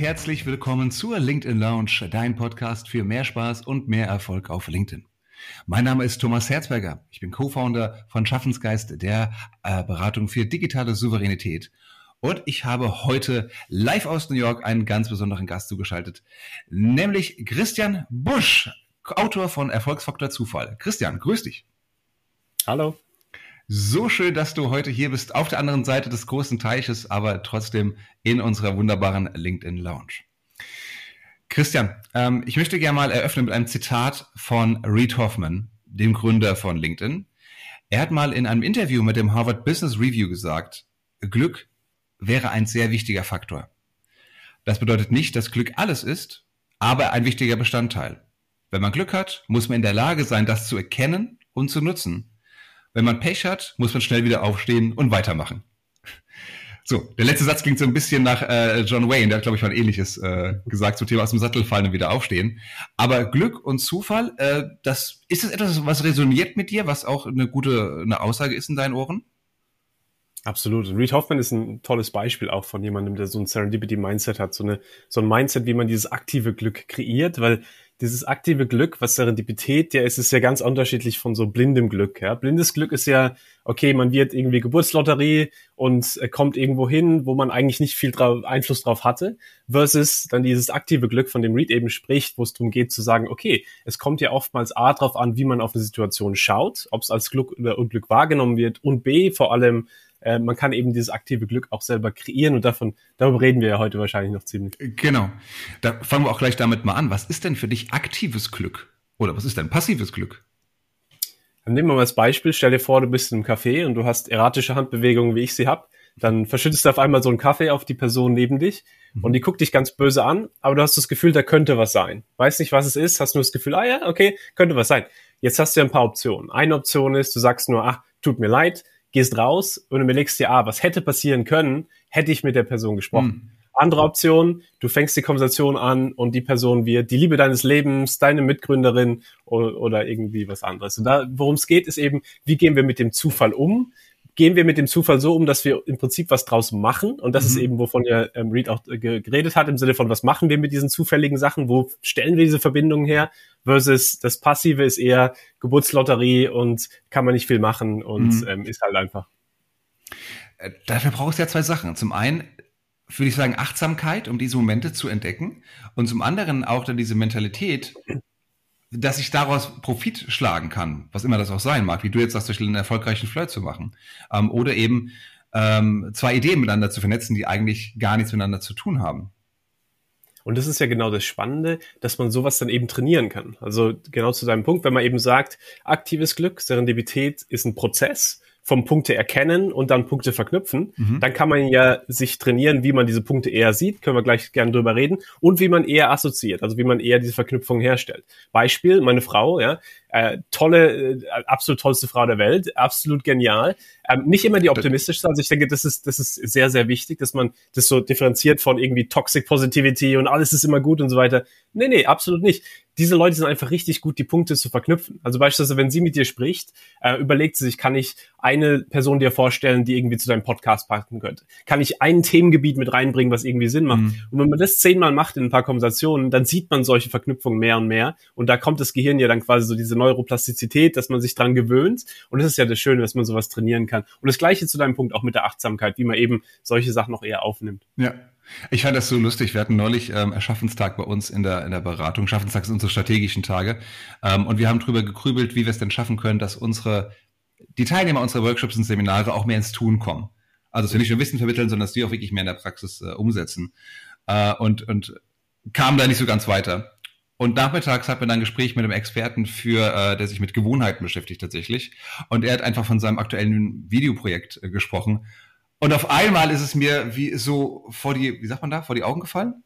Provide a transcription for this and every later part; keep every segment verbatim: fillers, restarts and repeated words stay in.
herzlich willkommen zur LinkedIn Lounge, dein Podcast für mehr Spaß und mehr Erfolg auf LinkedIn. Mein Name ist Thomas Herzberger. Ich bin Co-Founder von Schaffensgeist, der äh, Beratung für digitale Souveränität. Und ich habe heute live aus New York einen ganz besonderen Gast zugeschaltet, nämlich Christian Busch, Autor von Erfolgsfaktor Zufall. Christian, grüß dich. Hallo. So schön, dass du heute hier bist, auf der anderen Seite des großen Teiches, aber trotzdem in unserer wunderbaren LinkedIn Lounge. Christian, ähm, ich möchte gerne mal eröffnen mit einem Zitat von Reid Hoffman, dem Gründer von LinkedIn. Er hat mal in einem Interview mit dem Harvard Business Review gesagt, Glück wäre ein sehr wichtiger Faktor. Das bedeutet nicht, dass Glück alles ist, aber ein wichtiger Bestandteil. Wenn man Glück hat, muss man in der Lage sein, das zu erkennen und zu nutzen. Wenn man Pech hat, muss man schnell wieder aufstehen und weitermachen. So, der letzte Satz klingt so ein bisschen nach äh, John Wayne, der hat, glaube ich, mal ein Ähnliches äh, gesagt zum Thema aus dem Sattel fallen und wieder aufstehen. Aber Glück und Zufall, äh, das ist das etwas, was resoniert mit dir, was auch eine gute eine Aussage ist in deinen Ohren? Absolut. Und Reid Hoffman ist ein tolles Beispiel auch von jemandem, der so ein Serendipity-Mindset hat, so eine so ein Mindset, wie man dieses aktive Glück kreiert, weil dieses aktive Glück, was Serendipität ja ist, ist ja ganz unterschiedlich von so blindem Glück. Ja, blindes Glück ist ja, okay, man wird irgendwie Geburtslotterie und kommt irgendwo hin, wo man eigentlich nicht viel drauf, Einfluss drauf hatte, versus dann dieses aktive Glück, von dem Reid eben spricht, wo es darum geht zu sagen, okay, es kommt ja oftmals A drauf an, wie man auf eine Situation schaut, ob es als Glück oder Unglück wahrgenommen wird, und B vor allem, äh, man kann eben dieses aktive Glück auch selber kreieren, und davon darüber reden wir ja heute wahrscheinlich noch ziemlich. Genau. Da fangen wir auch gleich damit mal an. Was ist denn für dich aktives Glück? Oder was ist denn passives Glück? Dann nehmen wir mal als Beispiel, stell dir vor, du bist in einem Café und du hast erratische Handbewegungen, wie ich sie habe. Dann verschüttest du auf einmal so einen Kaffee auf die Person neben dich mhm. und die guckt dich ganz böse an, aber du hast das Gefühl, da könnte was sein. Weißt nicht, was es ist, hast nur das Gefühl, ah ja, okay, könnte was sein. Jetzt hast du ja ein paar Optionen. Eine Option ist, du sagst nur, ach, tut mir leid, gehst raus und überlegst dir, ah, was hätte passieren können, hätte ich mit der Person gesprochen. Mhm. Andere Option, du fängst die Konversation an und die Person wird die Liebe deines Lebens, deine Mitgründerin oder, oder irgendwie was anderes. Und da, worum es geht, ist eben, wie gehen wir mit dem Zufall um? Gehen wir mit dem Zufall so um, dass wir im Prinzip was draus machen? Und das mhm. ist eben, wovon ja ähm, Reid auch äh, geredet hat, im Sinne von, was machen wir mit diesen zufälligen Sachen? Wo stellen wir diese Verbindungen her? Versus das Passive ist eher Geburtslotterie und kann man nicht viel machen und mhm. ähm, ist halt einfach. Äh, dafür brauchst du ja zwei Sachen. Zum einen würde ich sagen, Achtsamkeit, um diese Momente zu entdecken. Und zum anderen auch dann diese Mentalität, dass ich daraus Profit schlagen kann, was immer das auch sein mag, wie du jetzt sagst, durch einen erfolgreichen Flirt zu machen. Ähm, oder eben ähm, zwei Ideen miteinander zu vernetzen, die eigentlich gar nichts miteinander zu tun haben. Und das ist ja genau das Spannende, dass man sowas dann eben trainieren kann. Also genau zu deinem Punkt, wenn man eben sagt, aktives Glück, Serendipität ist ein Prozess, vom Punkte erkennen und dann Punkte verknüpfen, mhm. dann kann man ja sich trainieren, wie man diese Punkte eher sieht, können wir gleich gerne drüber reden, und wie man eher assoziiert, also wie man eher diese Verknüpfung herstellt. Beispiel, meine Frau, ja, äh, tolle, äh, absolut tollste Frau der Welt, absolut genial, ähm, nicht immer die optimistischste, also ich denke, das ist, das ist sehr, sehr wichtig, dass man das so differenziert von irgendwie Toxic Positivity und alles ist immer gut und so weiter. Nee, nee, absolut nicht. Diese Leute sind einfach richtig gut, die Punkte zu verknüpfen. Also beispielsweise, wenn sie mit dir spricht, äh, überlegt sie sich, kann ich eine Person dir vorstellen, die irgendwie zu deinem Podcast passen könnte? Kann ich ein Themengebiet mit reinbringen, was irgendwie Sinn macht? Mhm. Und wenn man das zehnmal macht in ein paar Konversationen, dann sieht man solche Verknüpfungen mehr und mehr. Und da kommt das Gehirn ja dann quasi so diese Neuroplastizität, dass man sich dran gewöhnt. Und das ist ja das Schöne, dass man sowas trainieren kann. Und das Gleiche zu deinem Punkt auch mit der Achtsamkeit, wie man eben solche Sachen noch eher aufnimmt. Ja. Ich fand das so lustig. Wir hatten neulich ähm, Schaffenstag bei uns in der in der Beratung. Schaffenstag sind unsere strategischen Tage. Ähm, und wir haben drüber gegrübelt, wie wir es denn schaffen können, dass unsere die Teilnehmer unserer Workshops und Seminare auch mehr ins Tun kommen. Also dass wir nicht nur Wissen vermitteln, sondern dass die auch wirklich mehr in der Praxis äh, umsetzen. Äh, und und kamen da nicht so ganz weiter. Und nachmittags hatten wir dann ein Gespräch mit einem Experten, für äh, der sich mit Gewohnheiten beschäftigt tatsächlich. Und er hat einfach von seinem aktuellen Videoprojekt äh, gesprochen. Und auf einmal ist es mir wie so vor die, wie sagt man da, vor die Augen gefallen?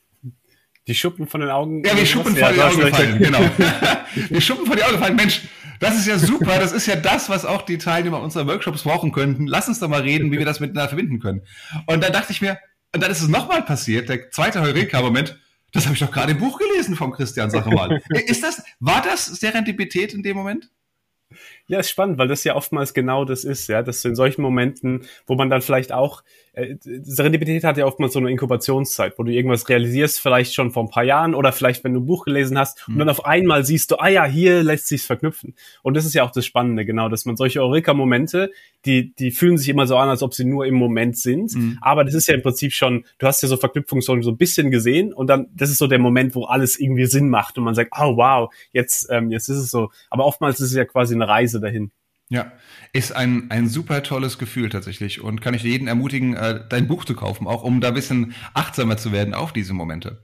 Die Schuppen von den Augen? Ja, wie Schuppen vor die Augen gefallen, genau. Wie Schuppen vor die Augen gefallen. Mensch, das ist ja super. Das ist ja das, was auch die Teilnehmer unserer Workshops brauchen könnten. Lass uns doch mal reden, wie wir das miteinander verbinden können. Und dann dachte ich mir, und dann ist es nochmal passiert, der zweite Heureka-Moment, das habe ich doch gerade im Buch gelesen vom Christian, sag mal. Ist das, war das Serendipität in dem Moment? Ja, ist spannend, weil das ja oftmals genau das ist, ja, dass du in solchen Momenten, wo man dann vielleicht auch, äh, Serendipität hat ja oftmals so eine Inkubationszeit, wo du irgendwas realisierst, vielleicht schon vor ein paar Jahren oder vielleicht, wenn du ein Buch gelesen hast und Mhm. dann auf einmal siehst du, ah ja, hier lässt sich's verknüpfen. Und das ist ja auch das Spannende, genau, dass man solche Eureka-Momente, die, die fühlen sich immer so an, als ob sie nur im Moment sind, Mhm. aber das ist ja im Prinzip schon, du hast ja so Verknüpfungen so ein bisschen gesehen und dann, das ist so der Moment, wo alles irgendwie Sinn macht und man sagt, oh wow, jetzt, ähm, jetzt ist es so. Aber oftmals ist es ja quasi eine Reise dahin. Ja, ist ein, ein super tolles Gefühl tatsächlich und kann ich jeden ermutigen, äh, dein Buch zu kaufen, auch um da ein bisschen achtsamer zu werden auf diese Momente.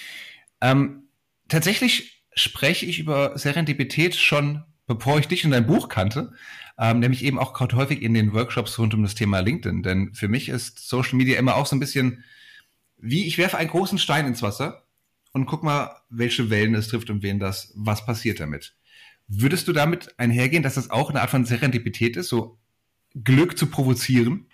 Ähm, tatsächlich spreche ich über Serendipität schon, bevor ich dich und dein Buch kannte, ähm, nämlich eben auch gerade häufig in den Workshops rund um das Thema LinkedIn, denn für mich ist Social Media immer auch so ein bisschen wie, ich werfe einen großen Stein ins Wasser und guck mal, welche Wellen es trifft und wen das, was passiert damit. Würdest du damit einhergehen, dass das auch eine Art von Serendipität ist, so Glück zu provozieren?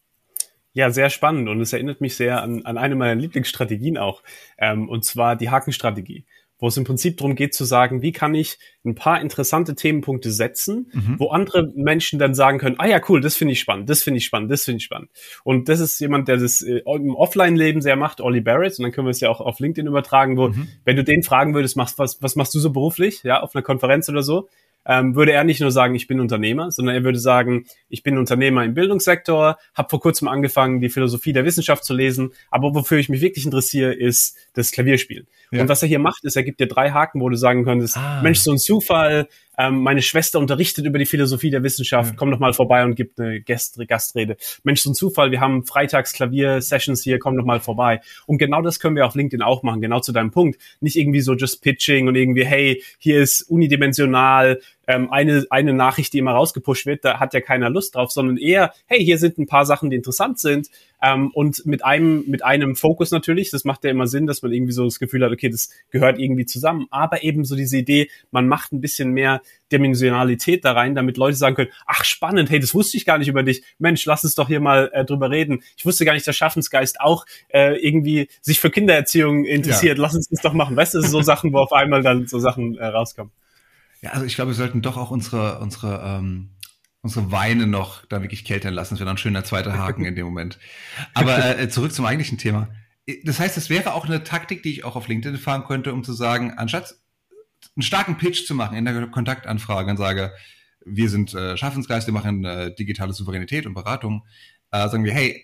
Ja, sehr spannend und es erinnert mich sehr an, an eine meiner Lieblingsstrategien auch, ähm, und zwar die Hakenstrategie, wo es im Prinzip darum geht zu sagen, wie kann ich ein paar interessante Themenpunkte setzen, Mhm. wo andere Menschen dann sagen können, ah ja, cool, das finde ich spannend, das finde ich spannend, das finde ich spannend. Und das ist jemand, der das äh, im Offline-Leben sehr macht, Ollie Barrett, und dann können wir es ja auch auf LinkedIn übertragen, wo, Mhm. wenn du den fragen würdest, machst, was, was machst du so beruflich, ja, auf einer Konferenz oder so, ähm, würde er nicht nur sagen, ich bin Unternehmer, sondern er würde sagen, ich bin Unternehmer im Bildungssektor, habe vor kurzem angefangen, die Philosophie der Wissenschaft zu lesen, aber wofür ich mich wirklich interessiere, ist das Klavierspielen. Ja. Und was er hier macht, ist, er gibt dir drei Haken, wo du sagen könntest, Ah. Mensch, so ein Zufall, ähm, meine Schwester unterrichtet über die Philosophie der Wissenschaft, Ja. komm doch mal vorbei und gib eine Gast Gastrede. Mensch, so ein Zufall, wir haben freitags Klavier-Sessions hier, komm doch mal vorbei. Und genau das können wir auf LinkedIn auch machen, genau zu deinem Punkt. Nicht irgendwie so just pitching und irgendwie, hey, hier ist unidimensional, ähm, eine, eine Nachricht, die immer rausgepusht wird, da hat ja keiner Lust drauf, sondern eher, hey, hier sind ein paar Sachen, die interessant sind, ähm, und mit einem, mit einem Fokus natürlich, das macht ja immer Sinn, dass man irgendwie so das Gefühl hat, okay, das gehört irgendwie zusammen, aber eben so diese Idee, man macht ein bisschen mehr Dimensionalität da rein, damit Leute sagen können, ach spannend, hey, das wusste ich gar nicht über dich, Mensch, lass uns doch hier mal äh, drüber reden. Ich wusste gar nicht, dass Schaffensgeist auch äh, irgendwie sich für Kindererziehung interessiert, Ja. lass uns das doch machen. Weißt du, das sind so Sachen, wo auf einmal dann so Sachen äh, rauskommen. Ja, also ich glaube, wir sollten doch auch unsere, unsere, ähm, unsere Weine noch da wirklich keltern lassen. Das wäre dann ein schöner zweiter Haken in dem Moment. Aber äh, zurück zum eigentlichen Thema. Das heißt, es wäre auch eine Taktik, die ich auch auf LinkedIn fahren könnte, um zu sagen, anstatt einen starken Pitch zu machen in der Kontaktanfrage und sage, wir sind äh, Schaffensgeist, wir machen äh, digitale Souveränität und Beratung, äh, sagen wir, hey,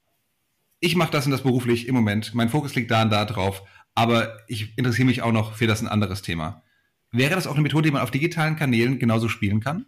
ich mache das und das beruflich im Moment, mein Fokus liegt da und da drauf, aber ich interessiere mich auch noch für das ein anderes Thema. Wäre das auch eine Methode, die man auf digitalen Kanälen genauso spielen kann?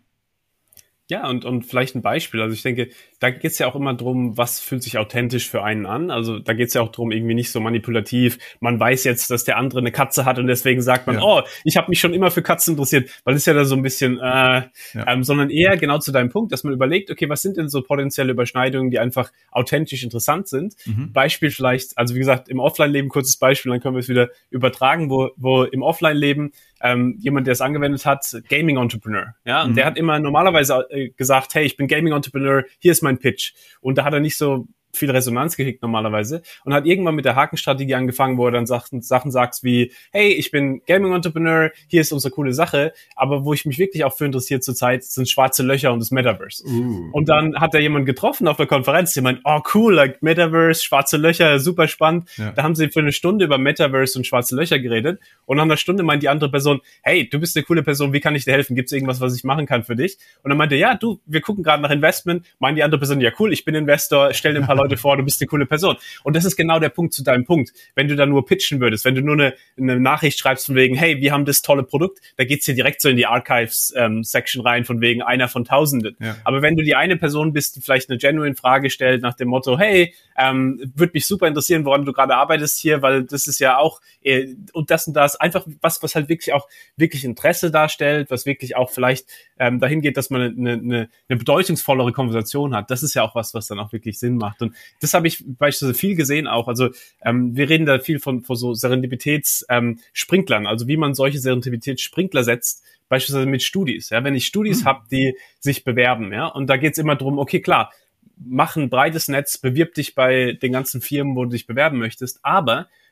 Ja, und, und vielleicht ein Beispiel. Also ich denke, da geht's ja auch immer drum, was fühlt sich authentisch für einen an. Also da geht's ja auch drum, irgendwie nicht so manipulativ. Man weiß jetzt, dass der andere eine Katze hat und deswegen sagt man, ja, oh, ich habe mich schon immer für Katzen interessiert, weil das ist ja da so ein bisschen, äh, ja. ähm, sondern eher genau zu deinem Punkt, dass man überlegt, okay, was sind denn so potenzielle Überschneidungen, die einfach authentisch interessant sind? Mhm. Beispiel vielleicht, also wie gesagt, im Offline-Leben, kurzes Beispiel, dann können wir es wieder übertragen, wo, wo im Offline-Leben ähm, jemand, der es angewendet hat, Gaming-Entrepreneur, ja, und mhm. der hat immer normalerweise äh, gesagt, hey, ich bin Gaming-Entrepreneur, hier ist mein Pitch. Und da hat er nicht so viel Resonanz gekriegt normalerweise und hat irgendwann mit der Hakenstrategie angefangen, wo er dann Sachen, Sachen sagt wie, hey, ich bin Gaming-Entrepreneur, hier ist unsere coole Sache, aber wo ich mich wirklich auch für interessiert zurzeit, sind schwarze Löcher und das Metaverse. Uh. Und dann hat er jemanden getroffen auf der Konferenz, der meint, oh cool, like Metaverse, schwarze Löcher, super spannend. Ja. Da haben sie für eine Stunde über Metaverse und schwarze Löcher geredet und nach einer Stunde meint die andere Person, hey, du bist eine coole Person, wie kann ich dir helfen? Gibt es irgendwas, was ich machen kann für dich? Und dann meinte er, ja, du, wir gucken gerade nach Investment, meint die andere Person, ja cool, ich bin Investor, stell dir ein paar Leute vor, du bist eine coole Person. Und das ist genau der Punkt zu deinem Punkt. Wenn du da nur pitchen würdest, wenn du nur eine, eine Nachricht schreibst von wegen, hey, wir haben das tolle Produkt, da geht's hier direkt so in die Archives-Section ähm, rein, von wegen einer von Tausenden. Ja. Aber wenn du die eine Person bist, die vielleicht eine genuine Frage stellt nach dem Motto, hey, ähm, würde mich super interessieren, woran du gerade arbeitest hier, weil das ist ja auch äh, und das und das, einfach was, was halt wirklich auch wirklich Interesse darstellt, was wirklich auch vielleicht ähm, dahin geht, dass man eine, eine, eine bedeutungsvollere Konversation hat. Das ist ja auch was, was dann auch wirklich Sinn macht. Und das habe ich beispielsweise viel gesehen auch. Also ähm, wir reden da viel von, von so Serendipitäts-Sprinklern, ähm, also wie man solche Serendipitätssprinkler setzt, beispielsweise mit Studis. Ja, wenn ich Studis mhm. habe, die sich bewerben, ja, und da geht's immer drum, okay, klar, mach ein breites Netz, bewirb dich bei den ganzen Firmen, wo du dich bewerben möchtest, aber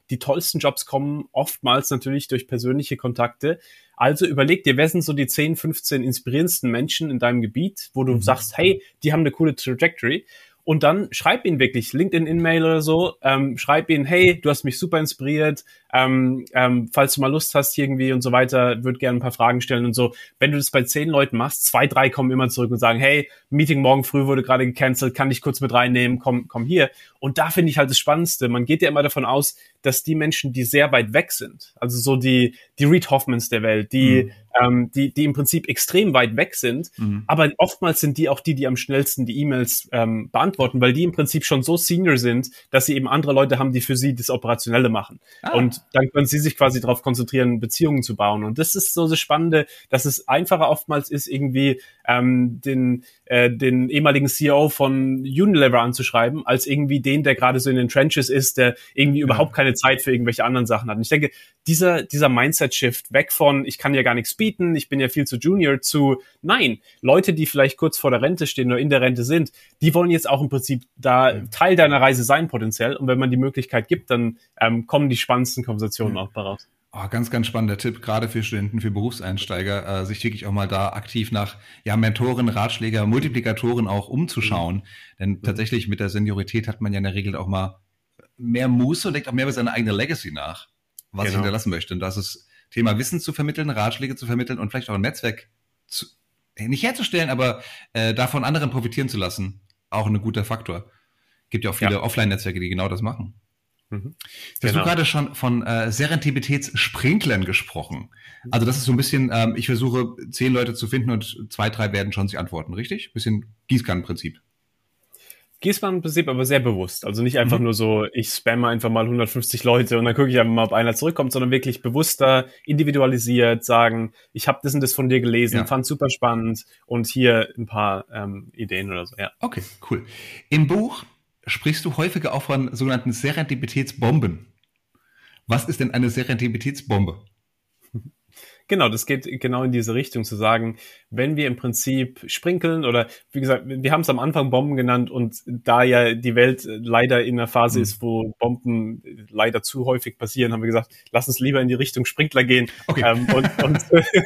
die tollsten Jobs kommen oftmals natürlich durch persönliche Kontakte. Also überleg dir, wer sind so die zehn, fünfzehn inspirierendsten Menschen in deinem Gebiet, wo du mhm. sagst, hey, die haben eine coole Trajectory. Und dann schreib ihn wirklich, LinkedIn-In-Mail oder so, ähm, schreib ihn, hey, du hast mich super inspiriert, ähm, ähm, falls du mal Lust hast irgendwie und so weiter, würde gerne ein paar Fragen stellen und so. Wenn du das bei zehn Leuten machst, zwei, drei kommen immer zurück und sagen, hey, Meeting morgen früh wurde gerade gecancelt, kann ich kurz mit reinnehmen, komm, komm hier. Und da finde ich halt das Spannendste, man geht ja immer davon aus, dass die Menschen, die sehr weit weg sind, also so die, die Reid Hoffmans der Welt, die, mhm. ähm, die, die im Prinzip extrem weit weg sind, mhm. aber oftmals sind die auch die, die am schnellsten die E-Mails ähm, beantworten, weil die im Prinzip schon so senior sind, dass sie eben andere Leute haben, die für sie das Operationelle machen. Ah. Und dann können sie sich quasi darauf konzentrieren, Beziehungen zu bauen. Und das ist so das Spannende, dass es einfacher oftmals ist, irgendwie ähm, den, äh, den ehemaligen C E O von Unilever anzuschreiben, als irgendwie den, der gerade so in den Trenches ist, der irgendwie ja. überhaupt keine Zeit für irgendwelche anderen Sachen hat. Und ich denke, dieser, dieser Mindset-Shift weg von, ich kann ja gar nichts bieten, ich bin ja viel zu Junior, zu, nein, Leute, die vielleicht kurz vor der Rente stehen oder in der Rente sind, die wollen jetzt auch im Prinzip da ja. Teil deiner Reise sein potenziell. Und wenn man die Möglichkeit gibt, dann ähm, kommen die spannendsten Konversationen ja. auch daraus. Oh, ganz, ganz spannender Tipp, gerade für Studenten, für Berufseinsteiger, äh, sich wirklich auch mal da aktiv nach ja, Mentoren, Ratschläger, Multiplikatoren auch umzuschauen. Mhm. Denn mhm. tatsächlich mit der Seniorität hat man ja in der Regel auch mal mehr Muße und denkt auch mehr über seine eigene Legacy nach, was genau. ich hinterlassen möchte. Und das ist Thema Wissen zu vermitteln, Ratschläge zu vermitteln und vielleicht auch ein Netzwerk zu, nicht herzustellen, aber äh, davon anderen profitieren zu lassen. Auch ein guter Faktor. Gibt ja auch viele ja. Offline-Netzwerke, die genau das machen. Mhm. Du hast genau. gerade schon von äh, Serendipität-Sprinklern gesprochen. Also das ist so ein bisschen, ähm, ich versuche zehn Leute zu finden und zwei, drei werden schon sich antworten, richtig? Bisschen Gießkannenprinzip. Gießkannenprinzip, aber sehr bewusst. Also nicht einfach mhm. nur so, ich spamme einfach mal hundertfünfzig Leute und dann gucke ich einfach mal, ob einer zurückkommt, sondern wirklich bewusster, individualisiert, sagen, ich habe das und das von dir gelesen, ja. fand super spannend und hier ein paar ähm, Ideen oder so. Ja. Okay, cool. Im Buch sprichst du häufiger auch von sogenannten Serendipitätsbomben. Was ist denn eine Serendipitätsbombe? Genau, das geht genau in diese Richtung, zu sagen, wenn wir im Prinzip sprinkeln oder, wie gesagt, wir haben es am Anfang Bomben genannt und da ja die Welt leider in einer Phase mhm. ist, wo Bomben leider zu häufig passieren, haben wir gesagt, lass uns lieber in die Richtung Sprinkler gehen okay. ähm, und, und,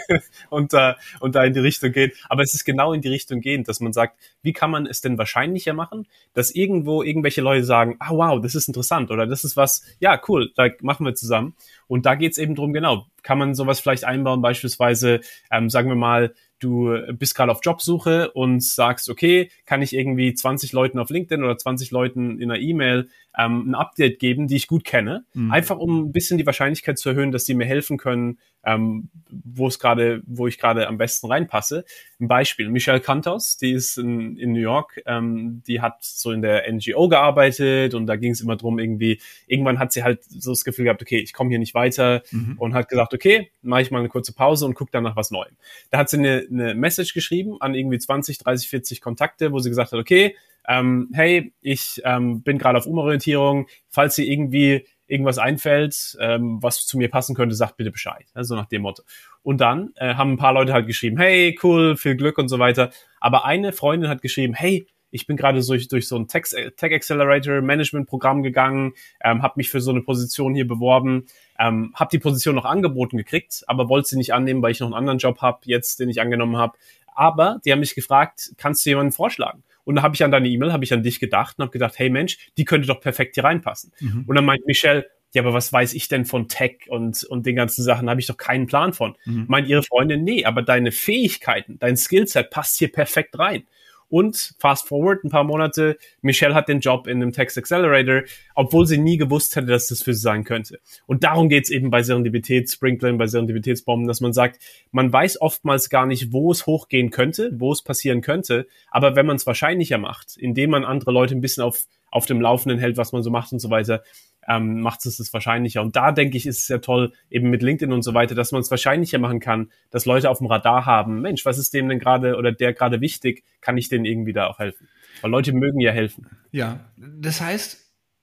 und, da, und da in die Richtung gehen. Aber es ist genau in die Richtung gehen, dass man sagt, wie kann man es denn wahrscheinlicher machen, dass irgendwo irgendwelche Leute sagen, ah wow, das ist interessant oder das ist was, ja cool, da machen wir zusammen. Und da geht's eben drum, genau, kann man sowas vielleicht einbauen, beispielsweise, ähm, sagen wir mal, du bist gerade auf Jobsuche und sagst, okay, kann ich irgendwie zwanzig Leuten auf LinkedIn oder zwanzig Leuten in einer E-Mail ähm, ein Update geben, die ich gut kenne, mhm. einfach um ein bisschen die Wahrscheinlichkeit zu erhöhen, dass sie mir helfen können, ähm, wo es gerade, wo ich gerade am besten reinpasse. Ein Beispiel, Michelle Cantos, die ist in, in New York, ähm, die hat so in der N G O gearbeitet und da ging es immer drum, irgendwie, irgendwann hat sie halt so das Gefühl gehabt, okay, ich komme hier nicht weiter mhm. und hat gesagt, okay, mache ich mal eine kurze Pause und gucke dann nach was Neuem. Da hat sie eine, eine Message geschrieben an irgendwie zwanzig, dreißig, vierzig Kontakte, wo sie gesagt hat, okay, ähm, hey, ich ähm, bin gerade auf Umorientierung, falls ihr irgendwie irgendwas einfällt, ähm, was zu mir passen könnte, sagt bitte Bescheid. Also nach dem Motto. Und dann äh, haben ein paar Leute halt geschrieben, hey, cool, viel Glück und so weiter. Aber eine Freundin hat geschrieben, hey, ich bin gerade durch, durch so ein Tech, Tech Accelerator Management Programm gegangen, ähm, habe mich für so eine Position hier beworben, ähm, habe die Position noch angeboten gekriegt, aber wollte sie nicht annehmen, weil ich noch einen anderen Job habe, jetzt, den ich angenommen habe. Aber die haben mich gefragt, kannst du jemanden vorschlagen? Und da habe ich an deine E-Mail, habe ich an dich gedacht und habe gedacht, hey Mensch, die könnte doch perfekt hier reinpassen. Mhm. Und dann meint Michelle, ja, aber was weiß ich denn von Tech und und den ganzen Sachen, da habe ich doch keinen Plan von. Mhm. Meint ihre Freundin, nee, aber deine Fähigkeiten, dein Skillset passt hier perfekt rein. Und fast forward, ein paar Monate, Michelle hat den Job in einem Tech Accelerator, obwohl sie nie gewusst hätte, dass das für sie sein könnte. Und darum geht's eben bei Serendipitätssprinklern, bei Serendipitätsbomben, dass man sagt, man weiß oftmals gar nicht, wo es hochgehen könnte, wo es passieren könnte, aber wenn man es wahrscheinlicher macht, indem man andere Leute ein bisschen auf auf dem Laufenden hält, was man so macht und so weiter, ähm, macht es es wahrscheinlicher. Und da, denke ich, ist es ja toll, eben mit LinkedIn und so weiter, dass man es wahrscheinlicher machen kann, dass Leute auf dem Radar haben, Mensch, was ist dem denn gerade oder der gerade wichtig, kann ich denen irgendwie da auch helfen? Weil Leute mögen ja helfen. Ja, das heißt,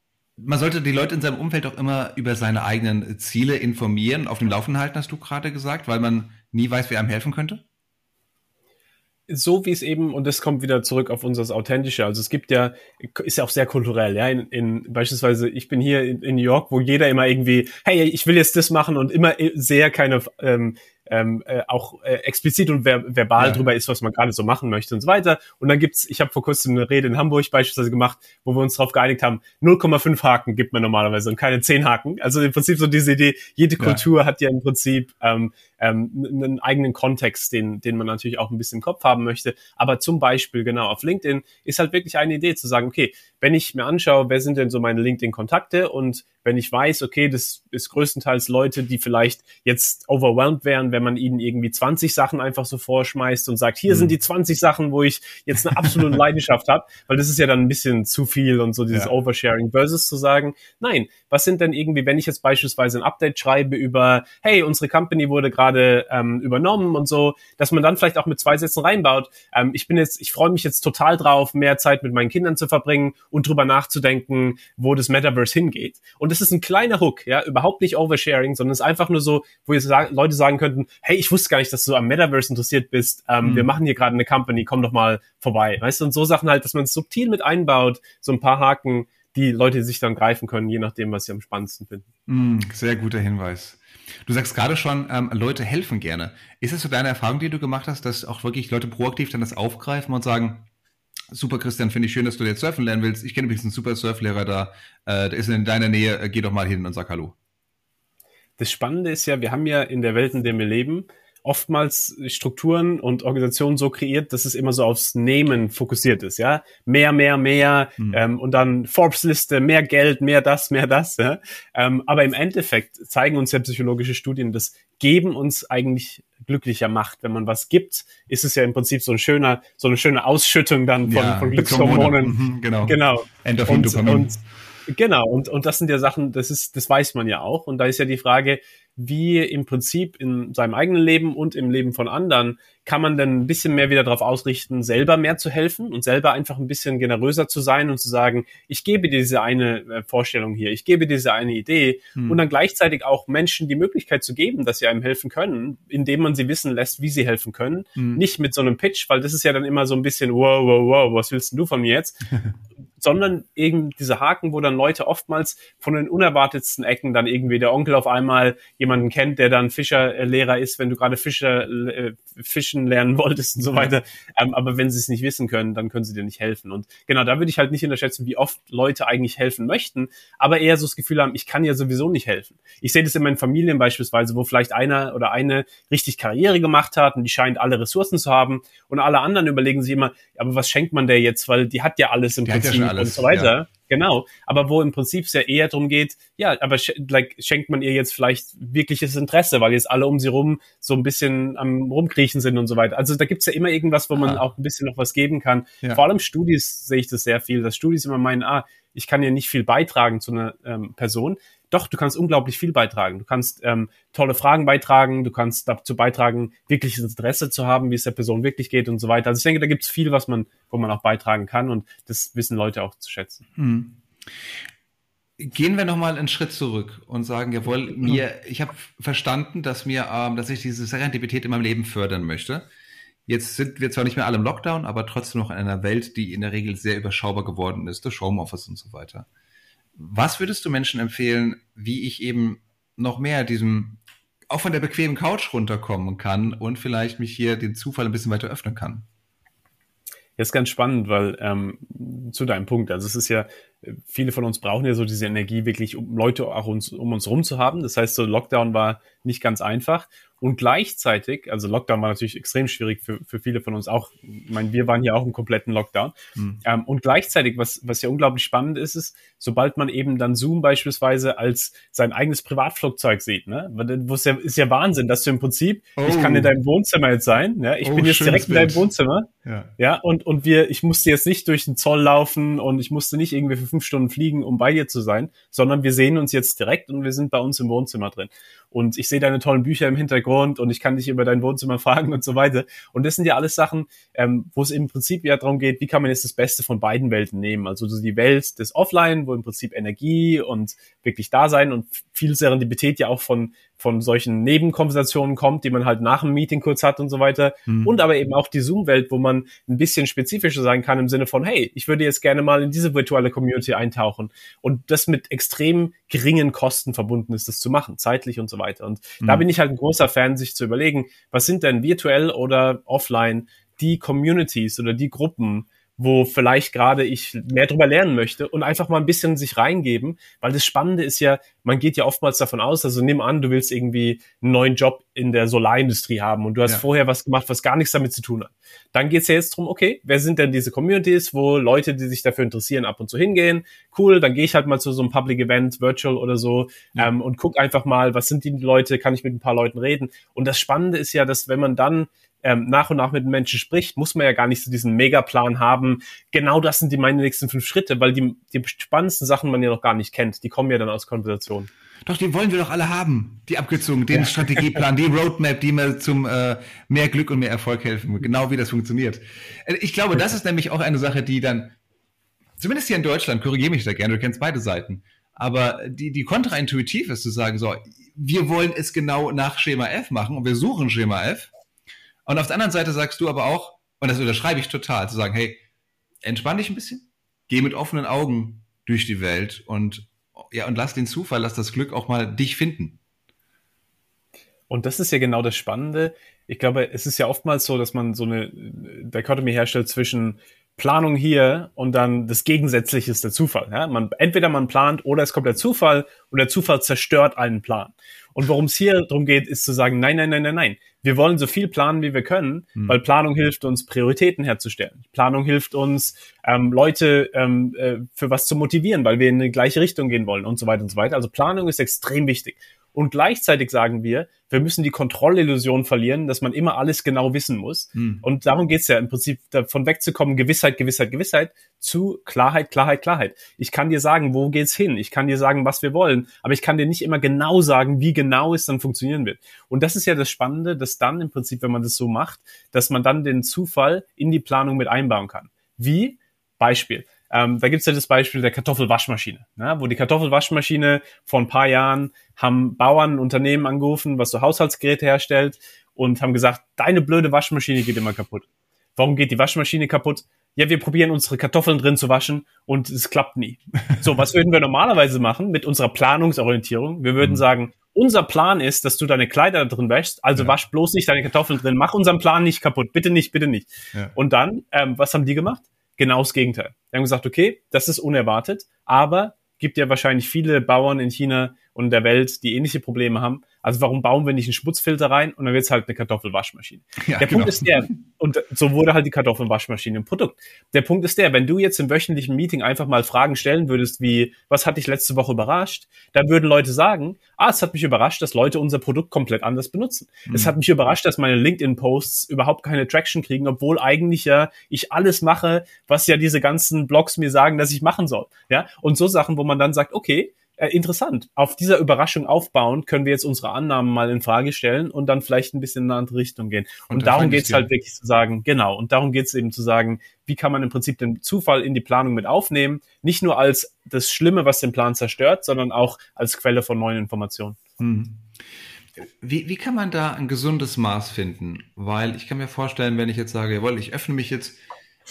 man sollte die Leute in seinem Umfeld auch immer über seine eigenen Ziele informieren, auf dem Laufenden halten, hast du gerade gesagt, weil man nie weiß, wer einem helfen könnte? so wie es eben, und das kommt wieder zurück auf unser Authentische, also es gibt ja, ist ja auch sehr kulturell, ja, in, in beispielsweise, ich bin hier in, in New York, wo jeder immer irgendwie, hey, ich will jetzt das machen und immer sehr keine, ähm, ähm, äh, auch äh, explizit und ver- verbal ja. drüber ist, was man gerade so machen möchte und so weiter. Und dann gibt's, ich habe vor kurzem eine Rede in Hamburg beispielsweise gemacht, wo wir uns darauf geeinigt haben, null Komma fünf Haken gibt man normalerweise und keine zehn Haken. Also im Prinzip so diese Idee, jede Kultur ja. hat ja im Prinzip ähm, ähm, einen eigenen Kontext, den, den man natürlich auch ein bisschen im Kopf haben möchte. Aber zum Beispiel genau auf LinkedIn ist halt wirklich eine Idee zu sagen, okay, wenn ich mir anschaue, wer sind denn so meine LinkedIn-Kontakte und wenn ich weiß, okay, das ist größtenteils Leute, die vielleicht jetzt overwhelmed wären, wenn man ihnen irgendwie zwanzig Sachen einfach so vorschmeißt und sagt, hier mhm. sind die zwanzig Sachen, wo ich jetzt eine absolute Leidenschaft habe, weil das ist ja dann ein bisschen zu viel und so dieses ja. Oversharing versus zu sagen, nein, was sind denn irgendwie, wenn ich jetzt beispielsweise ein Update schreibe über, hey, unsere Company wurde gerade ähm, übernommen und so, dass man dann vielleicht auch mit zwei Sätzen reinbaut, ähm, ich bin jetzt, ich freue mich jetzt total drauf, mehr Zeit mit meinen Kindern zu verbringen und drüber nachzudenken, wo das Metaverse hingeht. Und das ist ein kleiner Hook, ja, überhaupt nicht Oversharing, sondern es ist einfach nur so, wo ihr sagen, Leute sagen könnten, hey, ich wusste gar nicht, dass du am Metaverse interessiert bist, ähm, mhm. wir machen hier gerade eine Company, komm doch mal vorbei, weißt du, und so Sachen halt, dass man es subtil mit einbaut, so ein paar Haken, die Leute sich dann greifen können, je nachdem, was sie am spannendsten finden. Mhm, sehr guter Hinweis. Du sagst gerade schon, ähm, Leute helfen gerne. Ist es so deine Erfahrung, die du gemacht hast, dass auch wirklich Leute proaktiv dann das aufgreifen und sagen, super, Christian, finde ich schön, dass du jetzt surfen lernen willst. Ich kenne übrigens einen super Surflehrer da, äh, der ist in deiner Nähe, äh, geh doch mal hin und sag Hallo. Das Spannende ist ja, wir haben ja in der Welt, in der wir leben, oftmals Strukturen und Organisationen so kreiert, dass es immer so aufs Nehmen fokussiert ist, ja. Mehr, mehr, mehr hm. ähm, und dann Forbes-Liste, mehr Geld, mehr das, mehr das, ja. Ähm, aber im Endeffekt zeigen uns ja psychologische Studien, das Geben uns eigentlich glücklicher macht. Wenn man was gibt, ist es ja im Prinzip so ein schöner, so eine schöne Ausschüttung dann von, ja, von Glückshormonen. Mhm, genau. Genau. Endorphin, Dopamin. Und, genau. Und, und das sind ja Sachen, das ist, das weiß man ja auch. Und da ist ja die Frage, wie im Prinzip in seinem eigenen Leben und im Leben von anderen kann man denn ein bisschen mehr wieder darauf ausrichten, selber mehr zu helfen und selber einfach ein bisschen generöser zu sein und zu sagen, ich gebe dir diese eine äh, Vorstellung hier, ich gebe dir diese eine Idee hm. und dann gleichzeitig auch Menschen die Möglichkeit zu geben, dass sie einem helfen können, indem man sie wissen lässt, wie sie helfen können. Hm. Nicht mit so einem Pitch, weil das ist ja dann immer so ein bisschen, wow, wow, wow, was willst denn du von mir jetzt? Sondern eben diese Haken, wo dann Leute oftmals von den unerwartetsten Ecken dann irgendwie der Onkel auf einmal jemanden kennt, der dann Fischerlehrer ist, wenn du gerade Fischer, äh, fischen lernen wolltest und so weiter. Ähm, aber wenn sie es nicht wissen können, dann können sie dir nicht helfen. Und genau, da würde ich halt nicht unterschätzen, wie oft Leute eigentlich helfen möchten, aber eher so das Gefühl haben, ich kann ja sowieso nicht helfen. Ich sehe das in meinen Familien beispielsweise, wo vielleicht einer oder eine richtig Karriere gemacht hat und die scheint alle Ressourcen zu haben und alle anderen überlegen sich immer, aber was schenkt man der jetzt, weil die hat ja alles im die Prinzip ja alles, und so weiter. Ja. Genau, aber wo im Prinzip es ja eher darum geht, ja, aber sch- like, schenkt man ihr jetzt vielleicht wirkliches Interesse, weil jetzt alle um sie rum so ein bisschen am Rumkriechen sind und so weiter. Also da gibt's ja immer irgendwas, wo man ah. auch ein bisschen noch was geben kann. Ja. Vor allem Studis sehe ich das sehr viel, dass Studis immer meinen, ah, ich kann ja nicht viel beitragen zu einer ähm, Person. Doch, du kannst unglaublich viel beitragen. Du kannst ähm, tolle Fragen beitragen, du kannst dazu beitragen, wirkliches Interesse zu haben, wie es der Person wirklich geht und so weiter. Also ich denke, da gibt's viel, was man, wo man auch beitragen kann und das wissen Leute auch zu schätzen. Hm. Gehen wir nochmal einen Schritt zurück und sagen, jawohl, mir, ich habe verstanden, dass mir, ähm, dass ich diese Serendipität in meinem Leben fördern möchte. Jetzt sind wir zwar nicht mehr alle im Lockdown, aber trotzdem noch in einer Welt, die in der Regel sehr überschaubar geworden ist, durch Homeoffice und so weiter. Was würdest du Menschen empfehlen, wie ich eben noch mehr diesem, auch von der bequemen Couch runterkommen kann und vielleicht mich hier den Zufall ein bisschen weiter öffnen kann? Das ist ganz spannend, weil ähm, zu deinem Punkt, also es ist ja, viele von uns brauchen ja so diese Energie wirklich, um Leute auch uns, um uns rum zu haben. Das heißt, so Lockdown war nicht ganz einfach. Und gleichzeitig, also Lockdown war natürlich extrem schwierig für, für viele von uns auch. Ich meine, wir waren ja auch im kompletten Lockdown. Mhm. Ähm, und gleichzeitig, was, was ja unglaublich spannend ist, ist, sobald man eben dann Zoom beispielsweise als sein eigenes Privatflugzeug sieht, ne? Wo es ja, ist ja Wahnsinn, dass du im Prinzip, oh. ich kann in deinem Wohnzimmer jetzt sein, ne? Ich oh, bin jetzt direkt in deinem Wohnzimmer. Ja. Ja, und, und wir, ich musste jetzt nicht durch den Zoll laufen und ich musste nicht irgendwie für fünf Stunden fliegen, um bei dir zu sein, sondern wir sehen uns jetzt direkt und wir sind bei uns im Wohnzimmer drin. Und ich sehe deine tollen Bücher im Hintergrund und ich kann dich über dein Wohnzimmer fragen und so weiter. Und das sind ja alles Sachen, ähm, wo es im Prinzip ja darum geht, wie kann man jetzt das Beste von beiden Welten nehmen. Also so die Welt des Offline, wo im Prinzip Energie und wirklich da sein und viel Serendipität ja auch von von solchen Nebenkonversationen kommt, die man halt nach dem Meeting kurz hat und so weiter. Mhm. Und aber eben auch die Zoom-Welt, wo man ein bisschen spezifischer sein kann im Sinne von, hey, ich würde jetzt gerne mal in diese virtuelle Community eintauchen. Und das mit extrem geringen Kosten verbunden ist, das zu machen, zeitlich und so weiter. Und mhm. da bin ich halt ein großer Fan, sich zu überlegen, was sind denn virtuell oder offline die Communities oder die Gruppen, wo vielleicht gerade ich mehr drüber lernen möchte und einfach mal ein bisschen sich reingeben, weil das Spannende ist ja, man geht ja oftmals davon aus, also nimm an, du willst irgendwie einen neuen Job in der Solarindustrie haben und du hast ja. vorher was gemacht, was gar nichts damit zu tun hat. Dann geht's ja jetzt drum, okay, wer sind denn diese Communities, wo Leute, die sich dafür interessieren, ab und zu hingehen? Cool, dann gehe ich halt mal zu so einem Public Event, Virtual oder so, ja. ähm, und guck einfach mal, was sind die Leute, kann ich mit ein paar Leuten reden? Und das Spannende ist ja, dass wenn man dann Ähm, nach und nach mit den Menschen spricht, muss man ja gar nicht so diesen Megaplan haben. Genau das sind die meine nächsten fünf Schritte, weil die, die spannendsten Sachen man ja noch gar nicht kennt. Die kommen ja dann aus Konversationen. Doch, die wollen wir doch alle haben. Die Abkürzung, den ja. Strategieplan, die Roadmap, die mir zum äh, mehr Glück und mehr Erfolg helfen. Genau wie das funktioniert. Ich glaube, das ist nämlich auch eine Sache, die dann, zumindest hier in Deutschland, korrigiere mich da gerne, du kennst beide Seiten, aber die, die kontraintuitiv ist zu sagen, so, wir wollen es genau nach Schema F machen und wir suchen Schema F. Und auf der anderen Seite sagst du aber auch, und das unterschreibe ich total, zu sagen, hey, entspann dich ein bisschen, geh mit offenen Augen durch die Welt und, ja, und lass den Zufall, lass das Glück auch mal dich finden. Und das ist ja genau das Spannende. Ich glaube, es ist ja oftmals so, dass man so eine Dichotomie herstellt zwischen Planung hier und dann das Gegensätzliche ist der Zufall. Ja? Man, entweder man plant oder es kommt der Zufall und der Zufall zerstört einen Plan. Und worum es hier darum geht, ist zu sagen, nein, nein, nein, nein, nein. Wir wollen so viel planen, wie wir können, hm. weil Planung hilft uns, Prioritäten herzustellen. Planung hilft uns, ähm, Leute ähm, äh, für was zu motivieren, weil wir in die gleiche Richtung gehen wollen und so weiter und so weiter. Also Planung ist extrem wichtig. Und gleichzeitig sagen wir, wir müssen die Kontrollillusion verlieren, dass man immer alles genau wissen muss. Hm. Und darum geht's ja im Prinzip, davon wegzukommen, Gewissheit, Gewissheit, Gewissheit, zu Klarheit, Klarheit, Klarheit. Ich kann dir sagen, wo geht's hin? Ich kann dir sagen, was wir wollen, aber ich kann dir nicht immer genau sagen, wie genau es dann funktionieren wird. Und das ist ja das Spannende, dass dann im Prinzip, wenn man das so macht, dass man dann den Zufall in die Planung mit einbauen kann. Wie? Beispiel. Ähm, da gibt's ja das Beispiel der Kartoffelwaschmaschine, ne? Wo die Kartoffelwaschmaschine vor ein paar Jahren haben Bauern ein Unternehmen angerufen, was so Haushaltsgeräte herstellt und haben gesagt, deine blöde Waschmaschine geht immer kaputt. Warum geht die Waschmaschine kaputt? Ja, wir probieren unsere Kartoffeln drin zu waschen und es klappt nie. So, was würden wir normalerweise machen mit unserer Planungsorientierung? Wir würden mhm. sagen, unser Plan ist, dass du deine Kleider da drin wäschst, also ja. wasch bloß nicht deine Kartoffeln drin, mach unseren Plan nicht kaputt, bitte nicht, bitte nicht. Ja. Und dann, ähm, was haben die gemacht? Genau das Gegenteil. Wir haben gesagt, okay, das ist unerwartet, aber gibt ja wahrscheinlich viele Bauern in China und der Welt, die ähnliche Probleme haben. Also warum bauen wir nicht einen Schmutzfilter rein und dann wird's halt eine Kartoffelwaschmaschine? Ja, der genau. Punkt ist der, und so wurde halt die Kartoffelwaschmaschine ein Produkt. Der Punkt ist der, wenn du jetzt im wöchentlichen Meeting einfach mal Fragen stellen würdest, wie, was hat dich letzte Woche überrascht? Dann würden Leute sagen, ah, es hat mich überrascht, dass Leute unser Produkt komplett anders benutzen. Mhm. Es hat mich überrascht, dass meine LinkedIn-Posts überhaupt keine Traction kriegen, obwohl eigentlich ja ich alles mache, was ja diese ganzen Blogs mir sagen, dass ich machen soll. Ja, und so Sachen, wo man dann sagt, okay, Äh, interessant. Auf dieser Überraschung aufbauen können wir jetzt unsere Annahmen mal in Frage stellen und dann vielleicht ein bisschen in eine andere Richtung gehen. Und, und darum geht's halt wirklich zu sagen, genau, und darum geht's eben zu sagen, wie kann man im Prinzip den Zufall in die Planung mit aufnehmen, nicht nur als das Schlimme, was den Plan zerstört, sondern auch als Quelle von neuen Informationen. Hm. Wie, wie kann man da ein gesundes Maß finden? Weil ich kann mir vorstellen, wenn ich jetzt sage, jawohl, ich öffne mich jetzt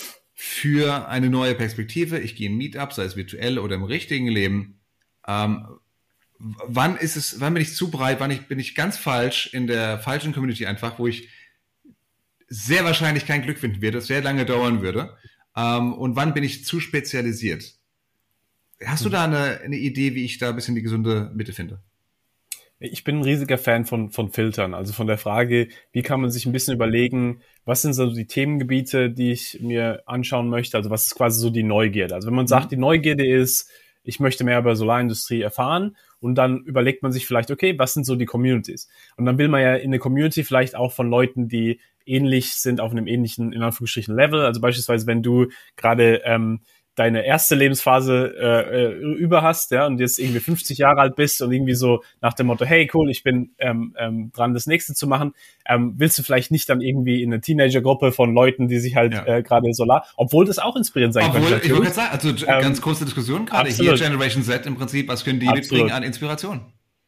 für eine neue Perspektive, ich gehe in Meetup, sei es virtuell oder im richtigen Leben, Ähm, wann ist es, wann bin ich zu breit, wann ich, bin ich ganz falsch in der falschen Community einfach, wo ich sehr wahrscheinlich kein Glück finden werde, es sehr lange dauern würde, ähm, und wann bin ich zu spezialisiert? Hast du da eine, eine Idee, wie ich da ein bisschen die gesunde Mitte finde? Ich bin ein riesiger Fan von, von Filtern, also von der Frage, wie kann man sich ein bisschen überlegen, was sind so die Themengebiete, die ich mir anschauen möchte, also was ist quasi so die Neugierde? Also wenn man sagt, die Neugierde ist, ich möchte mehr über Solarindustrie erfahren und dann überlegt man sich vielleicht, okay, was sind so die Communities? Und dann will man ja in eine Community vielleicht auch von Leuten, die ähnlich sind, auf einem ähnlichen, in Anführungsstrichen, Level. Also beispielsweise, wenn du gerade ähm, deine erste Lebensphase äh, über hast, ja, und jetzt irgendwie fünfzig Jahre alt bist und irgendwie so nach dem Motto, hey, cool, ich bin ähm, ähm, dran, das Nächste zu machen, ähm, willst du vielleicht nicht dann irgendwie in eine Teenager-Gruppe von Leuten, die sich halt ja. äh, gerade Solar, obwohl das auch inspirierend sein obwohl, könnte. Ich wollte gerade sagen, also ähm, ganz kurze Diskussion gerade absolut. hier, Generation Z im Prinzip, was können die absolut. mitbringen an Inspiration?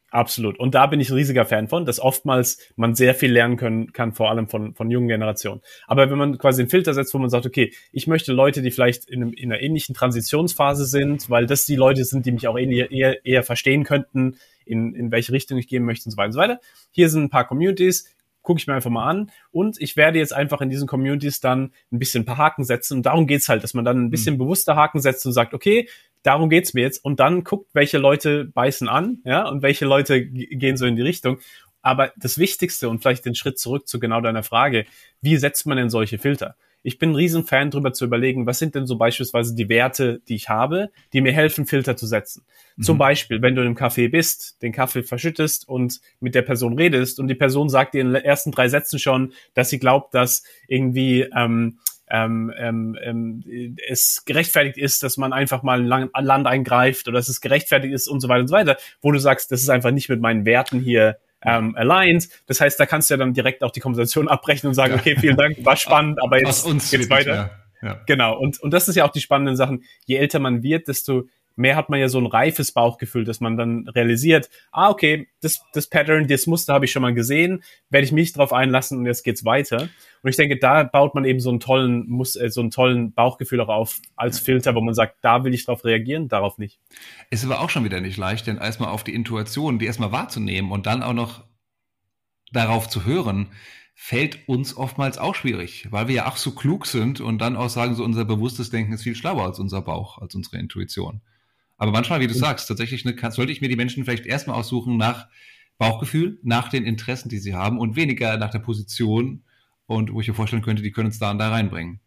Absolut. Und da bin ich ein riesiger Fan von, dass oftmals man sehr viel lernen können kann, vor allem von von jungen Generationen. Aber wenn man quasi einen Filter setzt, wo man sagt, okay, ich möchte Leute, die vielleicht in, einem, in einer ähnlichen Transitionsphase sind, weil das die Leute sind, die mich auch eher, eher, eher verstehen könnten, in, in welche Richtung ich gehen möchte und so weiter und so weiter. Hier sind ein paar Communities, gucke ich mir einfach mal an und ich werde jetzt einfach in diesen Communities dann ein bisschen ein paar Haken setzen und darum geht's halt, dass man dann ein bisschen mhm. bewusster Haken setzt und sagt, okay, darum geht's mir jetzt und dann guckt, welche Leute beißen an, ja, und welche Leute g- gehen so in die Richtung. Aber das Wichtigste und vielleicht den Schritt zurück zu genau deiner Frage, wie setzt man denn solche Filter? Ich bin ein Riesenfan drüber zu überlegen, was sind denn so beispielsweise die Werte, die ich habe, die mir helfen, Filter zu setzen. Mhm. Zum Beispiel, wenn du in einem Café bist, den Kaffee verschüttest und mit der Person redest und die Person sagt dir in den ersten drei Sätzen schon, dass sie glaubt, dass irgendwie ähm, Ähm, ähm, ähm, es gerechtfertigt ist, dass man einfach mal ein Land eingreift oder dass es gerechtfertigt ist und so weiter und so weiter, wo du sagst, das ist einfach nicht mit meinen Werten hier ähm, aligned. Das heißt, da kannst du ja dann direkt auch die Konversation abbrechen und sagen, ja. okay, vielen Dank, war spannend, aber jetzt geht's weiter. Ja. Genau, und, und das ist ja auch die spannenden Sachen. Je älter man wird, desto mehr hat man ja so ein reifes Bauchgefühl, dass man dann realisiert, ah, okay, das, das Pattern, das Muster habe ich schon mal gesehen, werde ich mich drauf einlassen und jetzt geht's weiter. Und ich denke, da baut man eben so einen tollen, muss, äh, so einen tollen Bauchgefühl auch auf als Filter, wo man sagt, da will ich drauf reagieren, darauf nicht. Ist aber auch schon wieder nicht leicht, denn erstmal auf die Intuition, die erstmal wahrzunehmen und dann auch noch darauf zu hören, fällt uns oftmals auch schwierig, weil wir ja auch so klug sind und dann auch sagen, so unser bewusstes Denken ist viel schlauer als unser Bauch, als unsere Intuition. Aber manchmal, wie du sagst, tatsächlich ne, kann, sollte ich mir die Menschen vielleicht erstmal aussuchen nach Bauchgefühl, nach den Interessen, die sie haben und weniger nach der Position und wo ich mir vorstellen könnte, die können uns da und da reinbringen.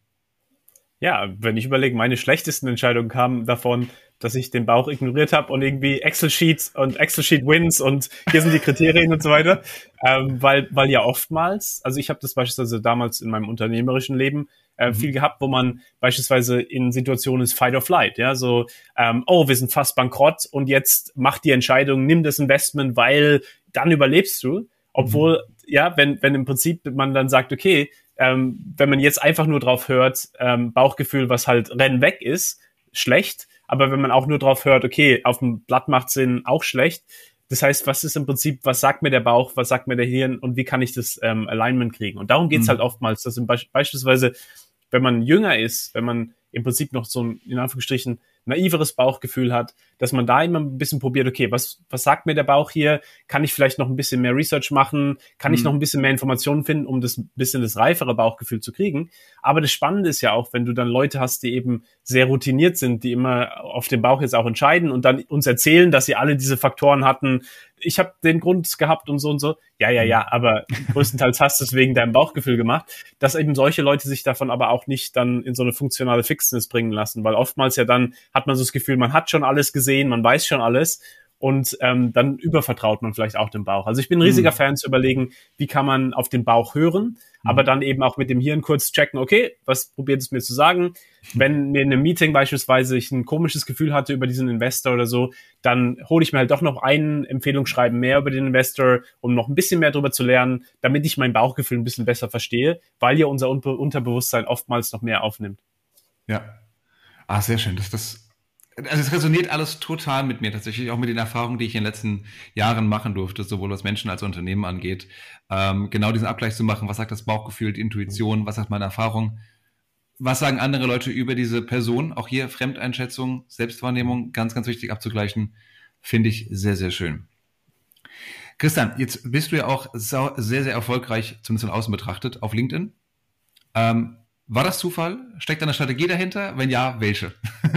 Ja, wenn ich überlege, meine schlechtesten Entscheidungen kamen davon, dass ich den Bauch ignoriert habe und irgendwie Excel-Sheets und Excel-Sheet-Wins und hier sind die Kriterien und so weiter, ähm, weil weil ja oftmals, also ich habe das beispielsweise damals in meinem unternehmerischen Leben äh, mhm. viel gehabt, wo man beispielsweise in Situationen ist Fight or Flight, ja, so, ähm, oh, wir sind fast bankrott und jetzt mach die Entscheidung, nimm das Investment, weil dann überlebst du, obwohl, mhm. ja, wenn wenn im Prinzip man dann sagt, okay, ähm, wenn man jetzt einfach nur drauf hört, ähm, Bauchgefühl, was halt Rennen weg ist, schlecht. Aber wenn man auch nur drauf hört, okay, auf dem Blatt macht Sinn, auch schlecht. Das heißt, was ist im Prinzip, was sagt mir der Bauch, was sagt mir der Hirn und wie kann ich das ähm, Alignment kriegen? Und darum geht's mhm. halt oftmals, dass im Be- beispielsweise, wenn man jünger ist, wenn man im Prinzip noch so ein, in Anführungsstrichen, naiveres Bauchgefühl hat, dass man da immer ein bisschen probiert, okay, was, was sagt mir der Bauch hier? Kann ich vielleicht noch ein bisschen mehr Research machen? Kann mhm. ich noch ein bisschen mehr Informationen finden, um das bisschen das reifere Bauchgefühl zu kriegen? Aber das Spannende ist ja auch, wenn du dann Leute hast, die eben sehr routiniert sind, die immer auf den Bauch jetzt auch entscheiden und dann uns erzählen, dass sie alle diese Faktoren hatten. Ich habe den Grund gehabt und so und so. Ja, ja, ja, aber größtenteils hast du es wegen deinem Bauchgefühl gemacht, dass eben solche Leute sich davon aber auch nicht dann in so eine funktionale Fixness bringen lassen, weil oftmals ja dann hat man so das Gefühl, man hat schon alles gesehen, man weiß schon alles und ähm, dann übervertraut man vielleicht auch dem Bauch. Also ich bin ein riesiger mhm. Fan zu überlegen, wie kann man auf den Bauch hören, mhm. aber dann eben auch mit dem Hirn kurz checken, okay, was probiert es mir zu sagen? Wenn mir in einem Meeting beispielsweise ich ein komisches Gefühl hatte über diesen Investor oder so, dann hole ich mir halt doch noch ein Empfehlungsschreiben mehr über den Investor, um noch ein bisschen mehr darüber zu lernen, damit ich mein Bauchgefühl ein bisschen besser verstehe, weil ja unser Unbe- Unterbewusstsein oftmals noch mehr aufnimmt. Ja, ah, sehr schön. Das, das Also es resoniert alles total mit mir tatsächlich, auch mit den Erfahrungen, die ich in den letzten Jahren machen durfte, sowohl was Menschen als auch Unternehmen angeht. Ähm, genau diesen Abgleich zu machen, was sagt das Bauchgefühl, die Intuition, was sagt meine Erfahrung, was sagen andere Leute über diese Person, auch hier Fremdeinschätzung, Selbstwahrnehmung, ganz, ganz wichtig abzugleichen, finde ich sehr, sehr schön. Christian, jetzt bist du ja auch sehr, sehr erfolgreich, zumindest von außen betrachtet, auf LinkedIn. Ähm, War das Zufall? Steckt da eine Strategie dahinter? Wenn ja, welche?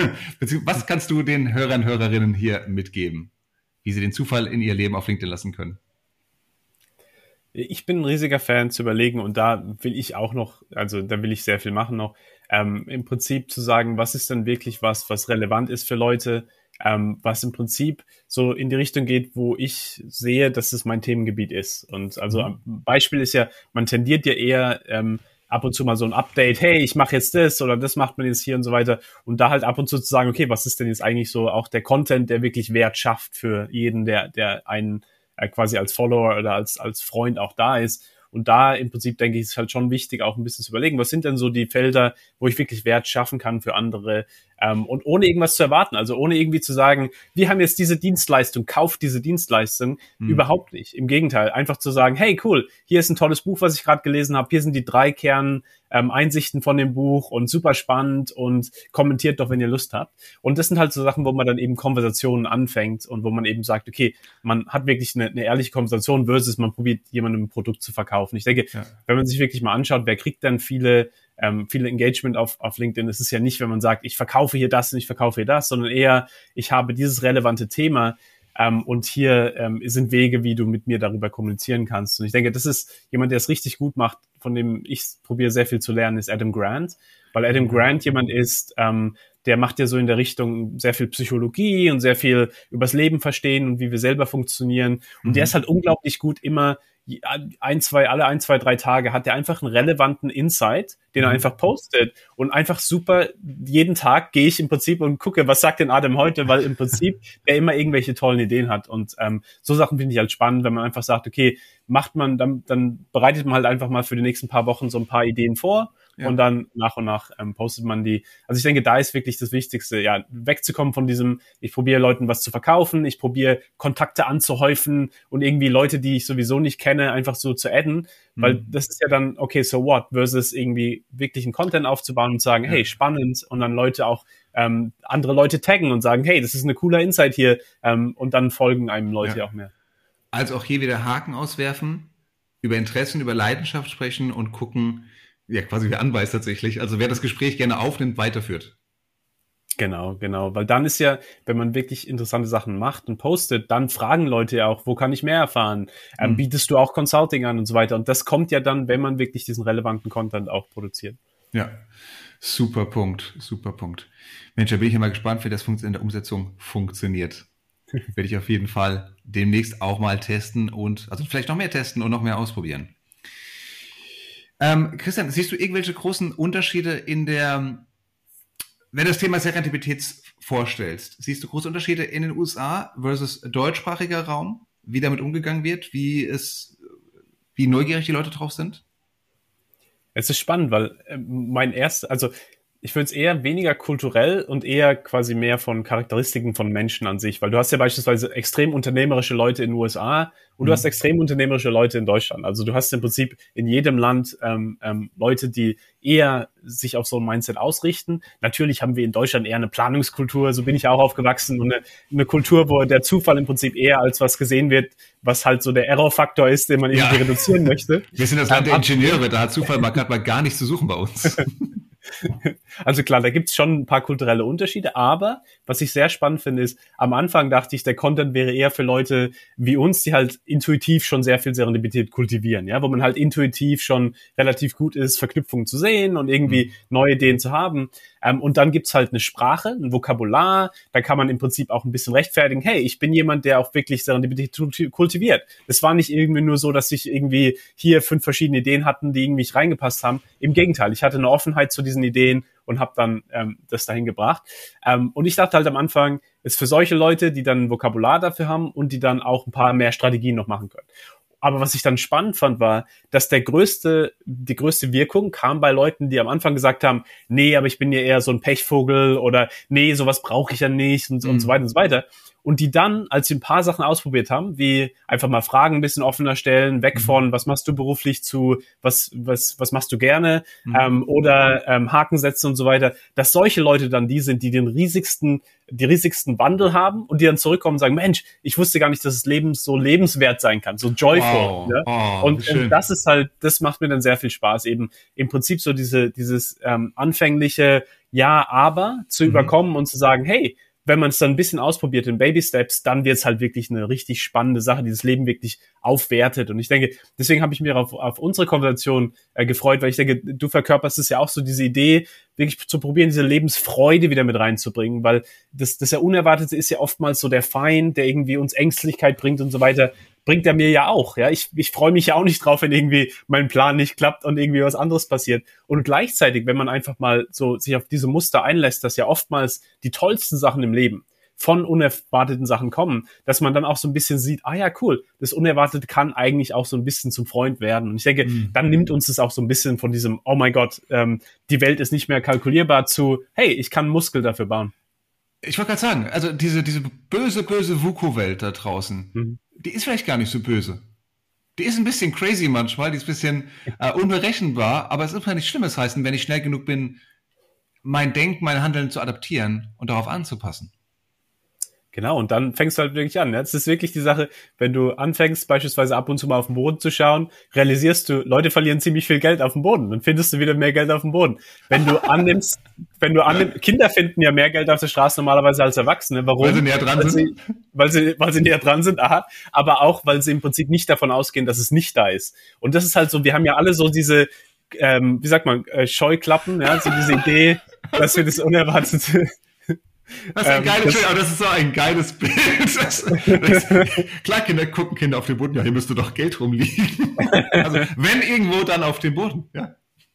Was kannst du den Hörern und Hörerinnen hier mitgeben, wie sie den Zufall in ihr Leben auf LinkedIn lassen können? Ich bin ein riesiger Fan zu überlegen und da will ich auch noch, also da will ich sehr viel machen noch, ähm, im Prinzip zu sagen, was ist denn wirklich was, was relevant ist für Leute, ähm, was im Prinzip so in die Richtung geht, wo ich sehe, dass es mein Themengebiet ist. Und also ein Beispiel ist ja, man tendiert ja eher ähm, ab und zu mal so ein Update, hey, ich mache jetzt das oder das macht man jetzt hier und so weiter und da halt ab und zu zu sagen, okay, was ist denn jetzt eigentlich so auch der Content, der wirklich Wert schafft für jeden, der der einen äh, quasi als Follower oder als als Freund auch da ist. Und da im Prinzip, denke ich, ist halt schon wichtig, auch ein bisschen zu überlegen, was sind denn so die Felder, wo ich wirklich Wert schaffen kann für andere, Ähm, und ohne irgendwas zu erwarten, also ohne irgendwie zu sagen, wir haben jetzt diese Dienstleistung, kauft diese Dienstleistung, mhm. überhaupt nicht. Im Gegenteil, einfach zu sagen, hey cool, hier ist ein tolles Buch, was ich gerade gelesen habe, hier sind die drei Kern ähm, Einsichten von dem Buch und super spannend und kommentiert doch, wenn ihr Lust habt. Und das sind halt so Sachen, wo man dann eben Konversationen anfängt und wo man eben sagt, okay, man hat wirklich eine, eine ehrliche Konversation versus man probiert, jemandem ein Produkt zu verkaufen. Ich denke, ja. wenn man sich wirklich mal anschaut, wer kriegt denn viele Ähm, viele Engagement auf, auf LinkedIn. Es ist ja nicht, wenn man sagt, ich verkaufe hier das und ich verkaufe hier das, sondern eher, ich habe dieses relevante Thema ähm, und hier ähm, sind Wege, wie du mit mir darüber kommunizieren kannst. Und ich denke, das ist jemand, der es richtig gut macht, von dem ich probiere sehr viel zu lernen, ist Adam Grant. Weil Adam Grant jemand ist, ähm, der macht ja so in der Richtung sehr viel Psychologie und sehr viel übers Leben verstehen und wie wir selber funktionieren. Und mhm. der ist halt unglaublich gut immer ein, zwei, alle ein, zwei, drei Tage hat er einfach einen relevanten Insight, den er mhm. einfach postet und einfach super, jeden Tag gehe ich im Prinzip und gucke, was sagt denn Adam heute, weil im Prinzip er immer irgendwelche tollen Ideen hat und ähm, so Sachen finde ich halt spannend, wenn man einfach sagt, okay, macht man, dann, dann bereitet man halt einfach mal für die nächsten paar Wochen so ein paar Ideen vor. Ja. Und dann nach und nach ähm, postet man die. Also ich denke, da ist wirklich das Wichtigste, ja, wegzukommen von diesem, ich probiere Leuten was zu verkaufen, ich probiere Kontakte anzuhäufen und irgendwie Leute, die ich sowieso nicht kenne, einfach so zu adden, mhm. weil das ist ja dann, okay, so what, versus irgendwie wirklichen Content aufzubauen und sagen, ja. hey, spannend und dann Leute auch, ähm, andere Leute taggen und sagen, hey, das ist eine cooler Insight hier ähm, und dann folgen einem Leute ja. auch mehr. Also auch hier wieder Haken auswerfen, über Interessen, über Leidenschaft sprechen und gucken, ja, quasi wie Anweis tatsächlich. Also wer das Gespräch gerne aufnimmt, weiterführt. Genau, genau. Weil dann ist ja, wenn man wirklich interessante Sachen macht und postet, dann fragen Leute ja auch, wo kann ich mehr erfahren? Ähm, mhm. Bietest du auch Consulting an und so weiter? Und das kommt ja dann, wenn man wirklich diesen relevanten Content auch produziert. Ja, super Punkt, super Punkt. Mensch, da bin ich ja mal gespannt, wie das in der Umsetzung funktioniert. Werde ich auf jeden Fall demnächst auch mal testen und, also vielleicht noch mehr testen und noch mehr ausprobieren. Ähm, Christian, siehst du irgendwelche großen Unterschiede in der, wenn du das Thema Serendipität vorstellst, siehst du große Unterschiede in den U S A versus deutschsprachiger Raum, wie damit umgegangen wird, wie es, wie neugierig die Leute drauf sind? Es ist spannend, weil äh, mein erster, also ich würde es eher weniger kulturell und eher quasi mehr von Charakteristiken von Menschen an sich, weil du hast ja beispielsweise extrem unternehmerische Leute in den U S A und mhm. du hast extrem unternehmerische Leute in Deutschland. Also du hast im Prinzip in jedem Land ähm, ähm, Leute, die eher sich auf so ein Mindset ausrichten. Natürlich haben wir in Deutschland eher eine Planungskultur, so bin ich auch aufgewachsen, und eine, eine Kultur, wo der Zufall im Prinzip eher als was gesehen wird, was halt so der Error-Faktor ist, den man ja. irgendwie reduzieren möchte. Wir sind das Land der Ingenieure, da hat Zufall mal gerade mal gar nichts zu suchen bei uns. Also klar, da gibt's schon ein paar kulturelle Unterschiede, aber was ich sehr spannend finde, ist, am Anfang dachte ich, der Content wäre eher für Leute wie uns, die halt intuitiv schon sehr viel Serendipität kultivieren, ja, wo man halt intuitiv schon relativ gut ist, Verknüpfungen zu sehen und irgendwie mhm. neue Ideen zu haben. Ähm, und dann gibt's halt eine Sprache, ein Vokabular, da kann man im Prinzip auch ein bisschen rechtfertigen, hey, ich bin jemand, der auch wirklich Serendipität kultiviert. Es war nicht irgendwie nur so, dass ich irgendwie hier fünf verschiedene Ideen hatten, die irgendwie reingepasst haben. Im Gegenteil, ich hatte eine Offenheit zu diesen Ideen und habe dann ähm, das dahin gebracht. Ähm, und ich dachte halt am Anfang, ist für solche Leute, die dann ein Vokabular dafür haben und die dann auch ein paar mehr Strategien noch machen können. Aber was ich dann spannend fand, war, dass der größte, die größte Wirkung kam bei Leuten, die am Anfang gesagt haben, nee, aber ich bin ja eher so ein Pechvogel oder nee, sowas brauche ich ja nicht und, mhm. und so weiter und so weiter. Und die dann, als sie ein paar Sachen ausprobiert haben, wie einfach mal Fragen ein bisschen offener stellen, weg von, mhm. was machst du beruflich zu, was was was machst du gerne, mhm. ähm, oder ähm, Haken setzen und so weiter, dass solche Leute dann die sind, die den riesigsten, die riesigsten Wandel haben und die dann zurückkommen und sagen, Mensch, ich wusste gar nicht, dass das Leben so lebenswert sein kann, so joyful. Wow. Ne? Oh, und, und das ist halt, das macht mir dann sehr viel Spaß, eben im Prinzip so diese dieses ähm, anfängliche Ja, aber zu mhm. überkommen und zu sagen, hey, wenn man es dann ein bisschen ausprobiert in Baby Steps, dann wird es halt wirklich eine richtig spannende Sache, die das Leben wirklich aufwertet. Und ich denke, deswegen habe ich mich auf, auf unsere Konversation äh, gefreut, weil ich denke, du verkörperst es ja auch so, diese Idee, wirklich zu probieren, diese Lebensfreude wieder mit reinzubringen, weil das, das ja Unerwartete ist ja oftmals so der Feind, der irgendwie uns Ängstlichkeit bringt und so weiter, bringt er mir ja auch. Ja, ich, ich freue mich ja auch nicht drauf, wenn irgendwie mein Plan nicht klappt und irgendwie was anderes passiert. Und gleichzeitig, wenn man einfach mal so sich auf diese Muster einlässt, dass ja oftmals die tollsten Sachen im Leben von unerwarteten Sachen kommen, dass man dann auch so ein bisschen sieht, ah ja, cool, das Unerwartete kann eigentlich auch so ein bisschen zum Freund werden. Und ich denke, mhm. dann nimmt uns das auch so ein bisschen von diesem, oh mein Gott, ähm, die Welt ist nicht mehr kalkulierbar zu, hey, ich kann einen Muskel dafür bauen. Ich wollte gerade sagen, also diese, diese böse, böse VUCO-Welt da draußen, mhm. die ist vielleicht gar nicht so böse. Die ist ein bisschen crazy manchmal, die ist ein bisschen äh, unberechenbar, aber es ist immer nichts Schlimmes heißen, wenn ich schnell genug bin, mein Denken, mein Handeln zu adaptieren und darauf anzupassen. Genau, und dann fängst du halt wirklich an. Es ist wirklich die Sache, wenn du anfängst, beispielsweise ab und zu mal auf den Boden zu schauen, realisierst du, Leute verlieren ziemlich viel Geld auf dem Boden. Dann findest du wieder mehr Geld auf dem Boden. Wenn du annimmst, wenn du annimmst, Kinder finden ja mehr Geld auf der Straße normalerweise als Erwachsene. Warum? Weil sie näher dran weil sind. Sie, weil sie, weil sie näher dran sind, aha. Aber auch, weil sie im Prinzip nicht davon ausgehen, dass es nicht da ist. Und das ist halt so, wir haben ja alle so diese, ähm, wie sagt man, äh, Scheuklappen, ja, so diese Idee, dass wir das Unerwartete. Das ist ein ähm, geiles das, Bild, aber das ist so ein geiles Bild. Das, das, klar, Kinder gucken Kinder auf den Boden, ja, hier müsste doch Geld rumliegen. Also, wenn irgendwo, dann auf dem Boden, ja.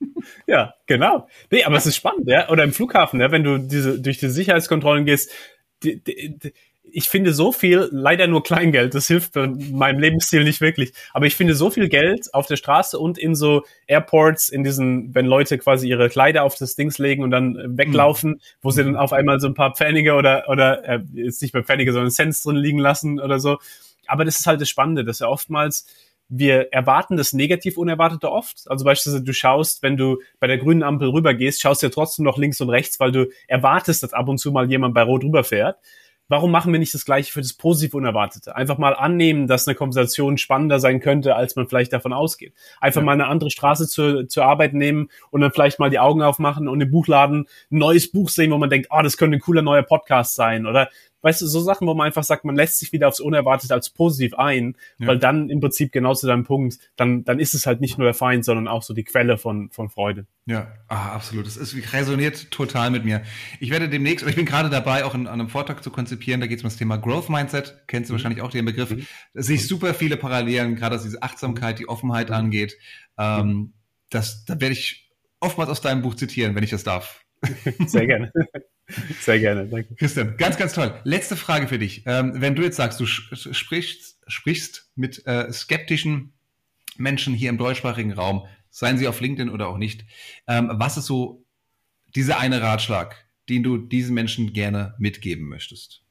Ja, genau. Nee, aber es ist spannend, ja. Oder im Flughafen, ja, wenn du diese, durch die Sicherheitskontrollen gehst, die, die, die, ich finde so viel, leider nur Kleingeld, das hilft meinem Lebensstil nicht wirklich, aber ich finde so viel Geld auf der Straße und in so Airports, in diesen, wenn Leute quasi ihre Kleider auf das Dings legen und dann weglaufen, mhm. wo sie dann auf einmal so ein paar Pfennige oder, oder äh, jetzt nicht mehr Pfennige, sondern Cents drin liegen lassen oder so. Aber das ist halt das Spannende, dass ja oftmals wir erwarten das negativ Unerwartete oft. Also beispielsweise du schaust, wenn du bei der grünen Ampel rübergehst, schaust du ja trotzdem noch links und rechts, weil du erwartest, dass ab und zu mal jemand bei Rot rüberfährt. Warum machen wir nicht das Gleiche für das positiv Unerwartete? Einfach mal annehmen, dass eine Konversation spannender sein könnte, als man vielleicht davon ausgeht. Einfach ja. mal eine andere Straße zur, zur Arbeit nehmen und dann vielleicht mal die Augen aufmachen und im Buchladen ein neues Buch sehen, wo man denkt, oh, das könnte ein cooler neuer Podcast sein. Oder weißt du, so Sachen, wo man einfach sagt, man lässt sich wieder aufs Unerwartete als positiv ein, ja. weil dann im Prinzip genau zu deinem Punkt, dann dann ist es halt nicht nur der Feind, sondern auch so die Quelle von von Freude. Ja, ah, absolut. Das ist, resoniert total mit mir. Ich werde demnächst, ich bin gerade dabei, auch in, an einem Vortrag zu konzipieren, da geht es um das Thema Growth Mindset, kennst du mhm. wahrscheinlich auch den Begriff. Mhm. Da sehe ich super viele Parallelen, gerade was diese Achtsamkeit, die Offenheit mhm. angeht. Ähm, mhm. das, da werde ich oftmals aus deinem Buch zitieren, wenn ich das darf. Sehr gerne. Sehr gerne, danke. Christian, ganz, ganz toll. Letzte Frage für dich. Ähm, wenn du jetzt sagst, du sprichst, sprichst mit äh, skeptischen Menschen hier im deutschsprachigen Raum, seien sie auf LinkedIn oder auch nicht, ähm, was ist so dieser eine Ratschlag, den du diesen Menschen gerne mitgeben möchtest?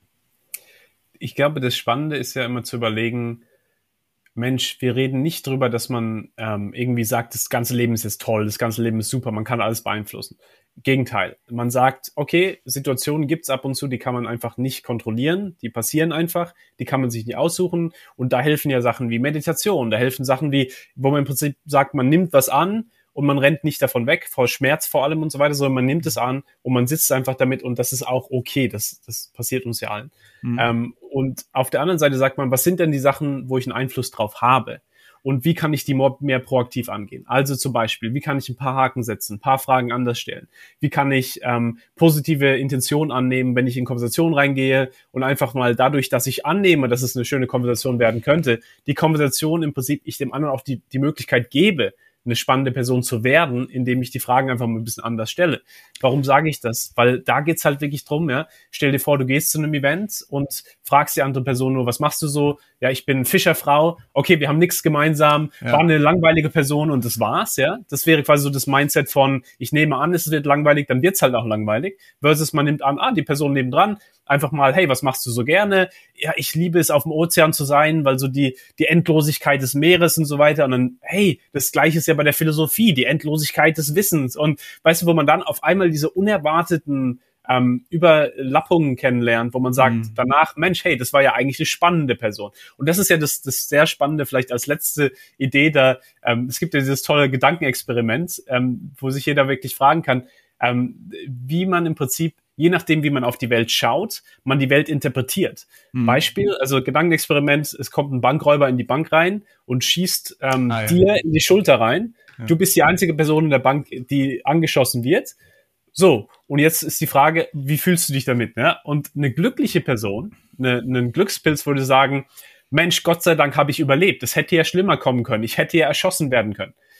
Ich glaube, das Spannende ist ja immer zu überlegen, Mensch, wir reden nicht drüber, dass man ähm, irgendwie sagt, das ganze Leben ist jetzt toll, das ganze Leben ist super, man kann alles beeinflussen. Gegenteil. Man sagt, okay, Situationen gibt's ab und zu, die kann man einfach nicht kontrollieren, die passieren einfach, die kann man sich nicht aussuchen und da helfen ja Sachen wie Meditation, da helfen Sachen wie, wo man im Prinzip sagt, man nimmt was an und man rennt nicht davon weg, vor Schmerz vor allem und so weiter, sondern man nimmt es an und man sitzt einfach damit und das ist auch okay, das, das passiert uns ja allen. Mhm. Ähm, und auf der anderen Seite sagt man, was sind denn die Sachen, wo ich einen Einfluss drauf habe? Und wie kann ich die mehr proaktiv angehen? Also zum Beispiel, wie kann ich ein paar Haken setzen, ein paar Fragen anders stellen? Wie kann ich ähm, positive Intentionen annehmen, wenn ich in Konversation reingehe und einfach mal dadurch, dass ich annehme, dass es eine schöne Konversation werden könnte, die Konversation im Prinzip ich dem anderen auch die, die Möglichkeit gebe, eine spannende Person zu werden, indem ich die Fragen einfach mal ein bisschen anders stelle. Warum sage ich das? Weil da geht's halt wirklich drum, ja. Stell dir vor, du gehst zu einem Event und fragst die andere Person nur, was machst du so? Ja, ich bin Fischerfrau. Okay, wir haben nichts gemeinsam. Ja. War eine langweilige Person und das war's, ja. Das wäre quasi so das Mindset von, ich nehme an, es wird langweilig, dann wird's halt auch langweilig. Versus man nimmt an, ah, die Person nebendran, einfach mal, hey, was machst du so gerne? Ja, ich liebe es, auf dem Ozean zu sein, weil so die die Endlosigkeit des Meeres und so weiter. Und dann, hey, das Gleiche ist ja bei der Philosophie, die Endlosigkeit des Wissens. Und weißt du, wo man dann auf einmal diese unerwarteten ähm, Überlappungen kennenlernt, wo man sagt mhm. danach, Mensch, hey, das war ja eigentlich eine spannende Person. Und das ist ja das das sehr Spannende, vielleicht als letzte Idee da, ähm, es gibt ja dieses tolle Gedankenexperiment, ähm, wo sich jeder wirklich fragen kann, ähm, wie man im Prinzip je nachdem, wie man auf die Welt schaut, man die Welt interpretiert. Mhm. Beispiel, also Gedankenexperiment, es kommt ein Bankräuber in die Bank rein und schießt ähm, ah, ja. dir in die Schulter rein. Ja. Du bist die einzige Person in der Bank, die angeschossen wird. So, und jetzt ist die Frage, wie fühlst du dich damit? Ne? Und eine glückliche Person, eine, einen Glückspilz würde sagen, Mensch, Gott sei Dank habe ich überlebt. Es hätte ja schlimmer kommen können. Ich hätte ja erschossen werden können.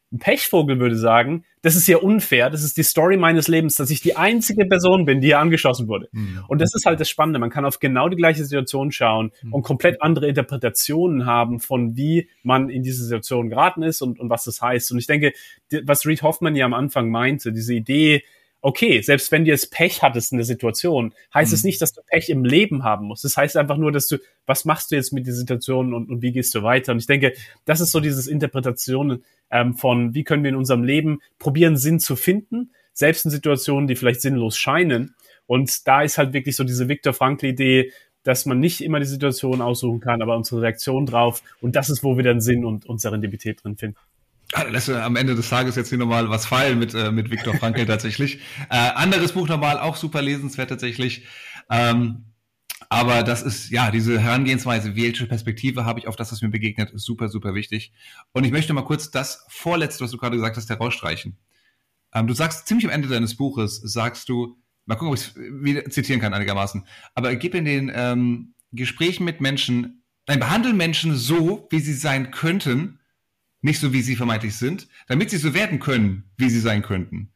Ein Pechvogel würde sagen, das ist ja unfair, das ist die Story meines Lebens, dass ich die einzige Person bin, die hier angeschossen wurde. Mhm. Und das ist halt das Spannende, man kann auf genau die gleiche Situation schauen mhm. und komplett andere Interpretationen haben von wie man in diese Situation geraten ist und, und was das heißt. Und ich denke, was Reid Hoffman ja am Anfang meinte, diese Idee, okay, selbst wenn du jetzt Pech hattest in der Situation, heißt es mhm. nicht, dass du Pech im Leben haben musst. Das heißt einfach nur, dass du, was machst du jetzt mit der Situation und, und wie gehst du weiter? Und ich denke, das ist so dieses Interpretation ähm, von, wie können wir in unserem Leben probieren, Sinn zu finden, selbst in Situationen, die vielleicht sinnlos scheinen. Und da ist halt wirklich so diese Viktor Frankl-Idee, dass man nicht immer die Situation aussuchen kann, aber unsere Reaktion drauf. Und das ist, wo wir dann Sinn und, und Serendipität drin finden. Ah, da lässt du am Ende des Tages jetzt hier nochmal was fallen mit, äh, mit Viktor Frankl tatsächlich. Äh, anderes Buch nochmal, auch super lesenswert tatsächlich. Ähm, aber das ist, ja, diese Herangehensweise, welche Perspektive habe ich auf das, was mir begegnet, ist super, super wichtig. Und ich möchte mal kurz das Vorletzte, was du gerade gesagt hast, herausstreichen. Ähm, du sagst ziemlich am Ende deines Buches, sagst du, mal gucken, ob ich es wieder zitieren kann einigermaßen, aber gib in den ähm, Gesprächen mit Menschen, nein, behandle Menschen so, wie sie sein könnten, nicht so, wie sie vermeintlich sind, damit sie so werden können, wie sie sein könnten.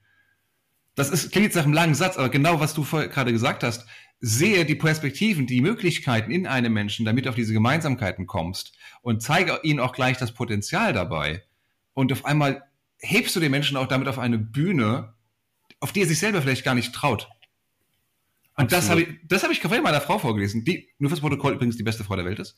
Das ist, klingt jetzt nach einem langen Satz, aber genau, was du vorher gerade gesagt hast, sehe die Perspektiven, die Möglichkeiten in einem Menschen, damit du auf diese Gemeinsamkeiten kommst und zeige ihnen auch gleich das Potenzial dabei. Und auf einmal hebst du den Menschen auch damit auf eine Bühne, auf die er sich selber vielleicht gar nicht traut. Und Absolut. das habe ich, das habe ich vorhin meiner Frau vorgelesen, die, nur fürs Protokoll übrigens die beste Frau der Welt ist.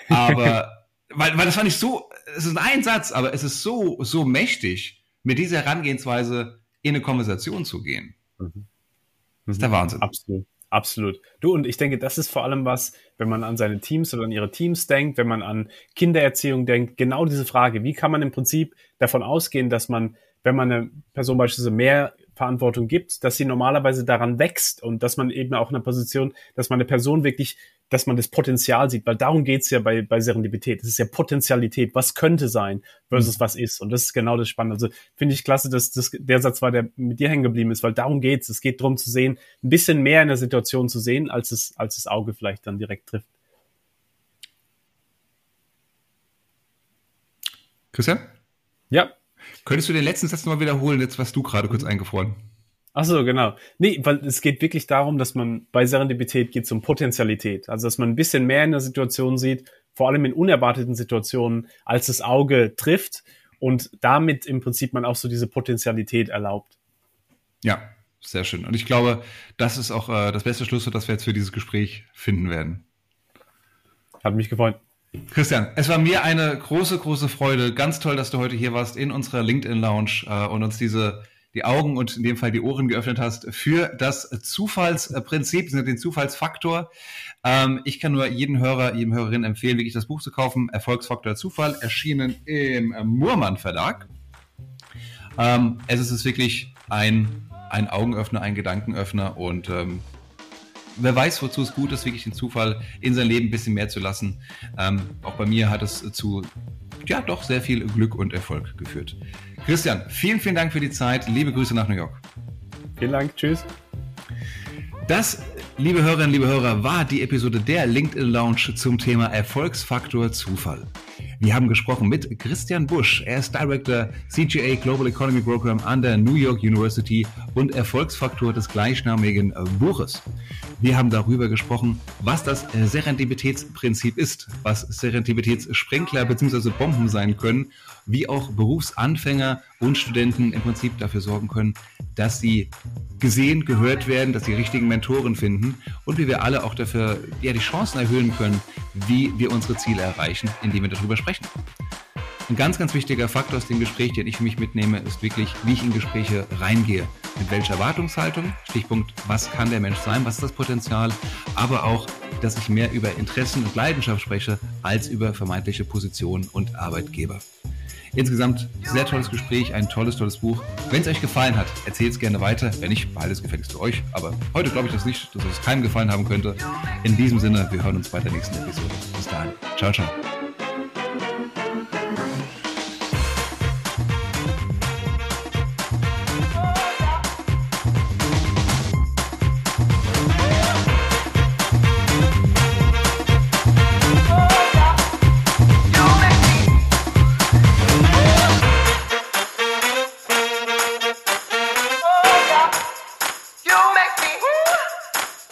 Aber Weil, weil das war nicht so, es ist ein Satz, aber es ist so, so mächtig, mit dieser Herangehensweise in eine Konversation zu gehen. Mhm. Das ist der Wahnsinn. Absolut, absolut. Du, und ich denke, das ist vor allem was, wenn man an seine Teams oder an ihre Teams denkt, wenn man an Kindererziehung denkt, genau diese Frage, wie kann man im Prinzip davon ausgehen, dass man, wenn man eine Person beispielsweise mehr Verantwortung gibt, dass sie normalerweise daran wächst und dass man eben auch in einer Position, dass man eine Person wirklich, dass man das Potenzial sieht, weil darum geht's ja bei, bei Serendipität. Es ist ja Potentialität, was könnte sein versus mhm. was ist. Und das ist genau das Spannende. Also finde ich klasse, dass das der Satz war, der mit dir hängen geblieben ist, weil darum geht's. Es geht darum zu sehen, ein bisschen mehr in der Situation zu sehen, als es, als das Auge vielleicht dann direkt trifft. Christian? Ja. Könntest du den letzten Satz nochmal wiederholen, jetzt was du gerade kurz eingefroren? Ach so, genau. Nee, weil es geht wirklich darum, dass man bei Serendipität geht es um Potentialität. Also, dass man ein bisschen mehr in der Situation sieht, vor allem in unerwarteten Situationen, als das Auge trifft und damit im Prinzip man auch so diese Potentialität erlaubt. Ja, sehr schön. Und ich glaube, das ist auch äh, das beste Schlusswort, das wir jetzt für dieses Gespräch finden werden. Hat mich gefreut. Christian, es war mir eine große, große Freude. Ganz toll, dass du heute hier warst in unserer LinkedIn-Lounge äh, und uns diese die Augen und in dem Fall die Ohren geöffnet hast für das Zufallsprinzip, den Zufallsfaktor. Ähm, ich kann nur jeden Hörer, jedem Hörerin empfehlen, wirklich das Buch zu kaufen. Erfolgsfaktor der Zufall, erschienen im Murmann Verlag. Ähm, es ist wirklich ein, ein Augenöffner, ein Gedankenöffner und ähm, wer weiß, wozu es gut ist, wirklich den Zufall in sein Leben ein bisschen mehr zu lassen. Ähm, auch bei mir hat es zu, ja, doch sehr viel Glück und Erfolg geführt. Christian, vielen, vielen Dank für die Zeit. Liebe Grüße nach New York. Vielen Dank. Tschüss. Das, liebe Hörerinnen, liebe Hörer, war die Episode der LinkedIn Lounge zum Thema Erfolgsfaktor Zufall. Wir haben gesprochen mit Christian Busch. Er ist Director C G A Global Economy Program an der New York University und Erfolgsfaktor des gleichnamigen Buches. Wir haben darüber gesprochen, was das Serendipitätsprinzip ist, was Serendipitätssprenkler bzw. Bomben sein können, wie auch Berufsanfänger und Studenten im Prinzip dafür sorgen können, dass sie gesehen, gehört werden, dass sie richtigen Mentoren finden und wie wir alle auch dafür ja, die Chancen erhöhen können, wie wir unsere Ziele erreichen, indem wir darüber sprechen. Ein ganz, ganz wichtiger Faktor aus dem Gespräch, den ich für mich mitnehme, ist wirklich, wie ich in Gespräche reingehe. Mit welcher Erwartungshaltung, Stichpunkt, was kann der Mensch sein, was ist das Potenzial, aber auch, dass ich mehr über Interessen und Leidenschaft spreche, als über vermeintliche Positionen und Arbeitgeber. Insgesamt sehr tolles Gespräch, ein tolles, tolles Buch. Wenn es euch gefallen hat, erzählt es gerne weiter. Wenn nicht, beides gefälligst zu euch. Aber heute glaube ich das nicht, dass es keinem gefallen haben könnte. In diesem Sinne, wir hören uns bei der nächsten Episode. Bis dahin. Ciao, ciao.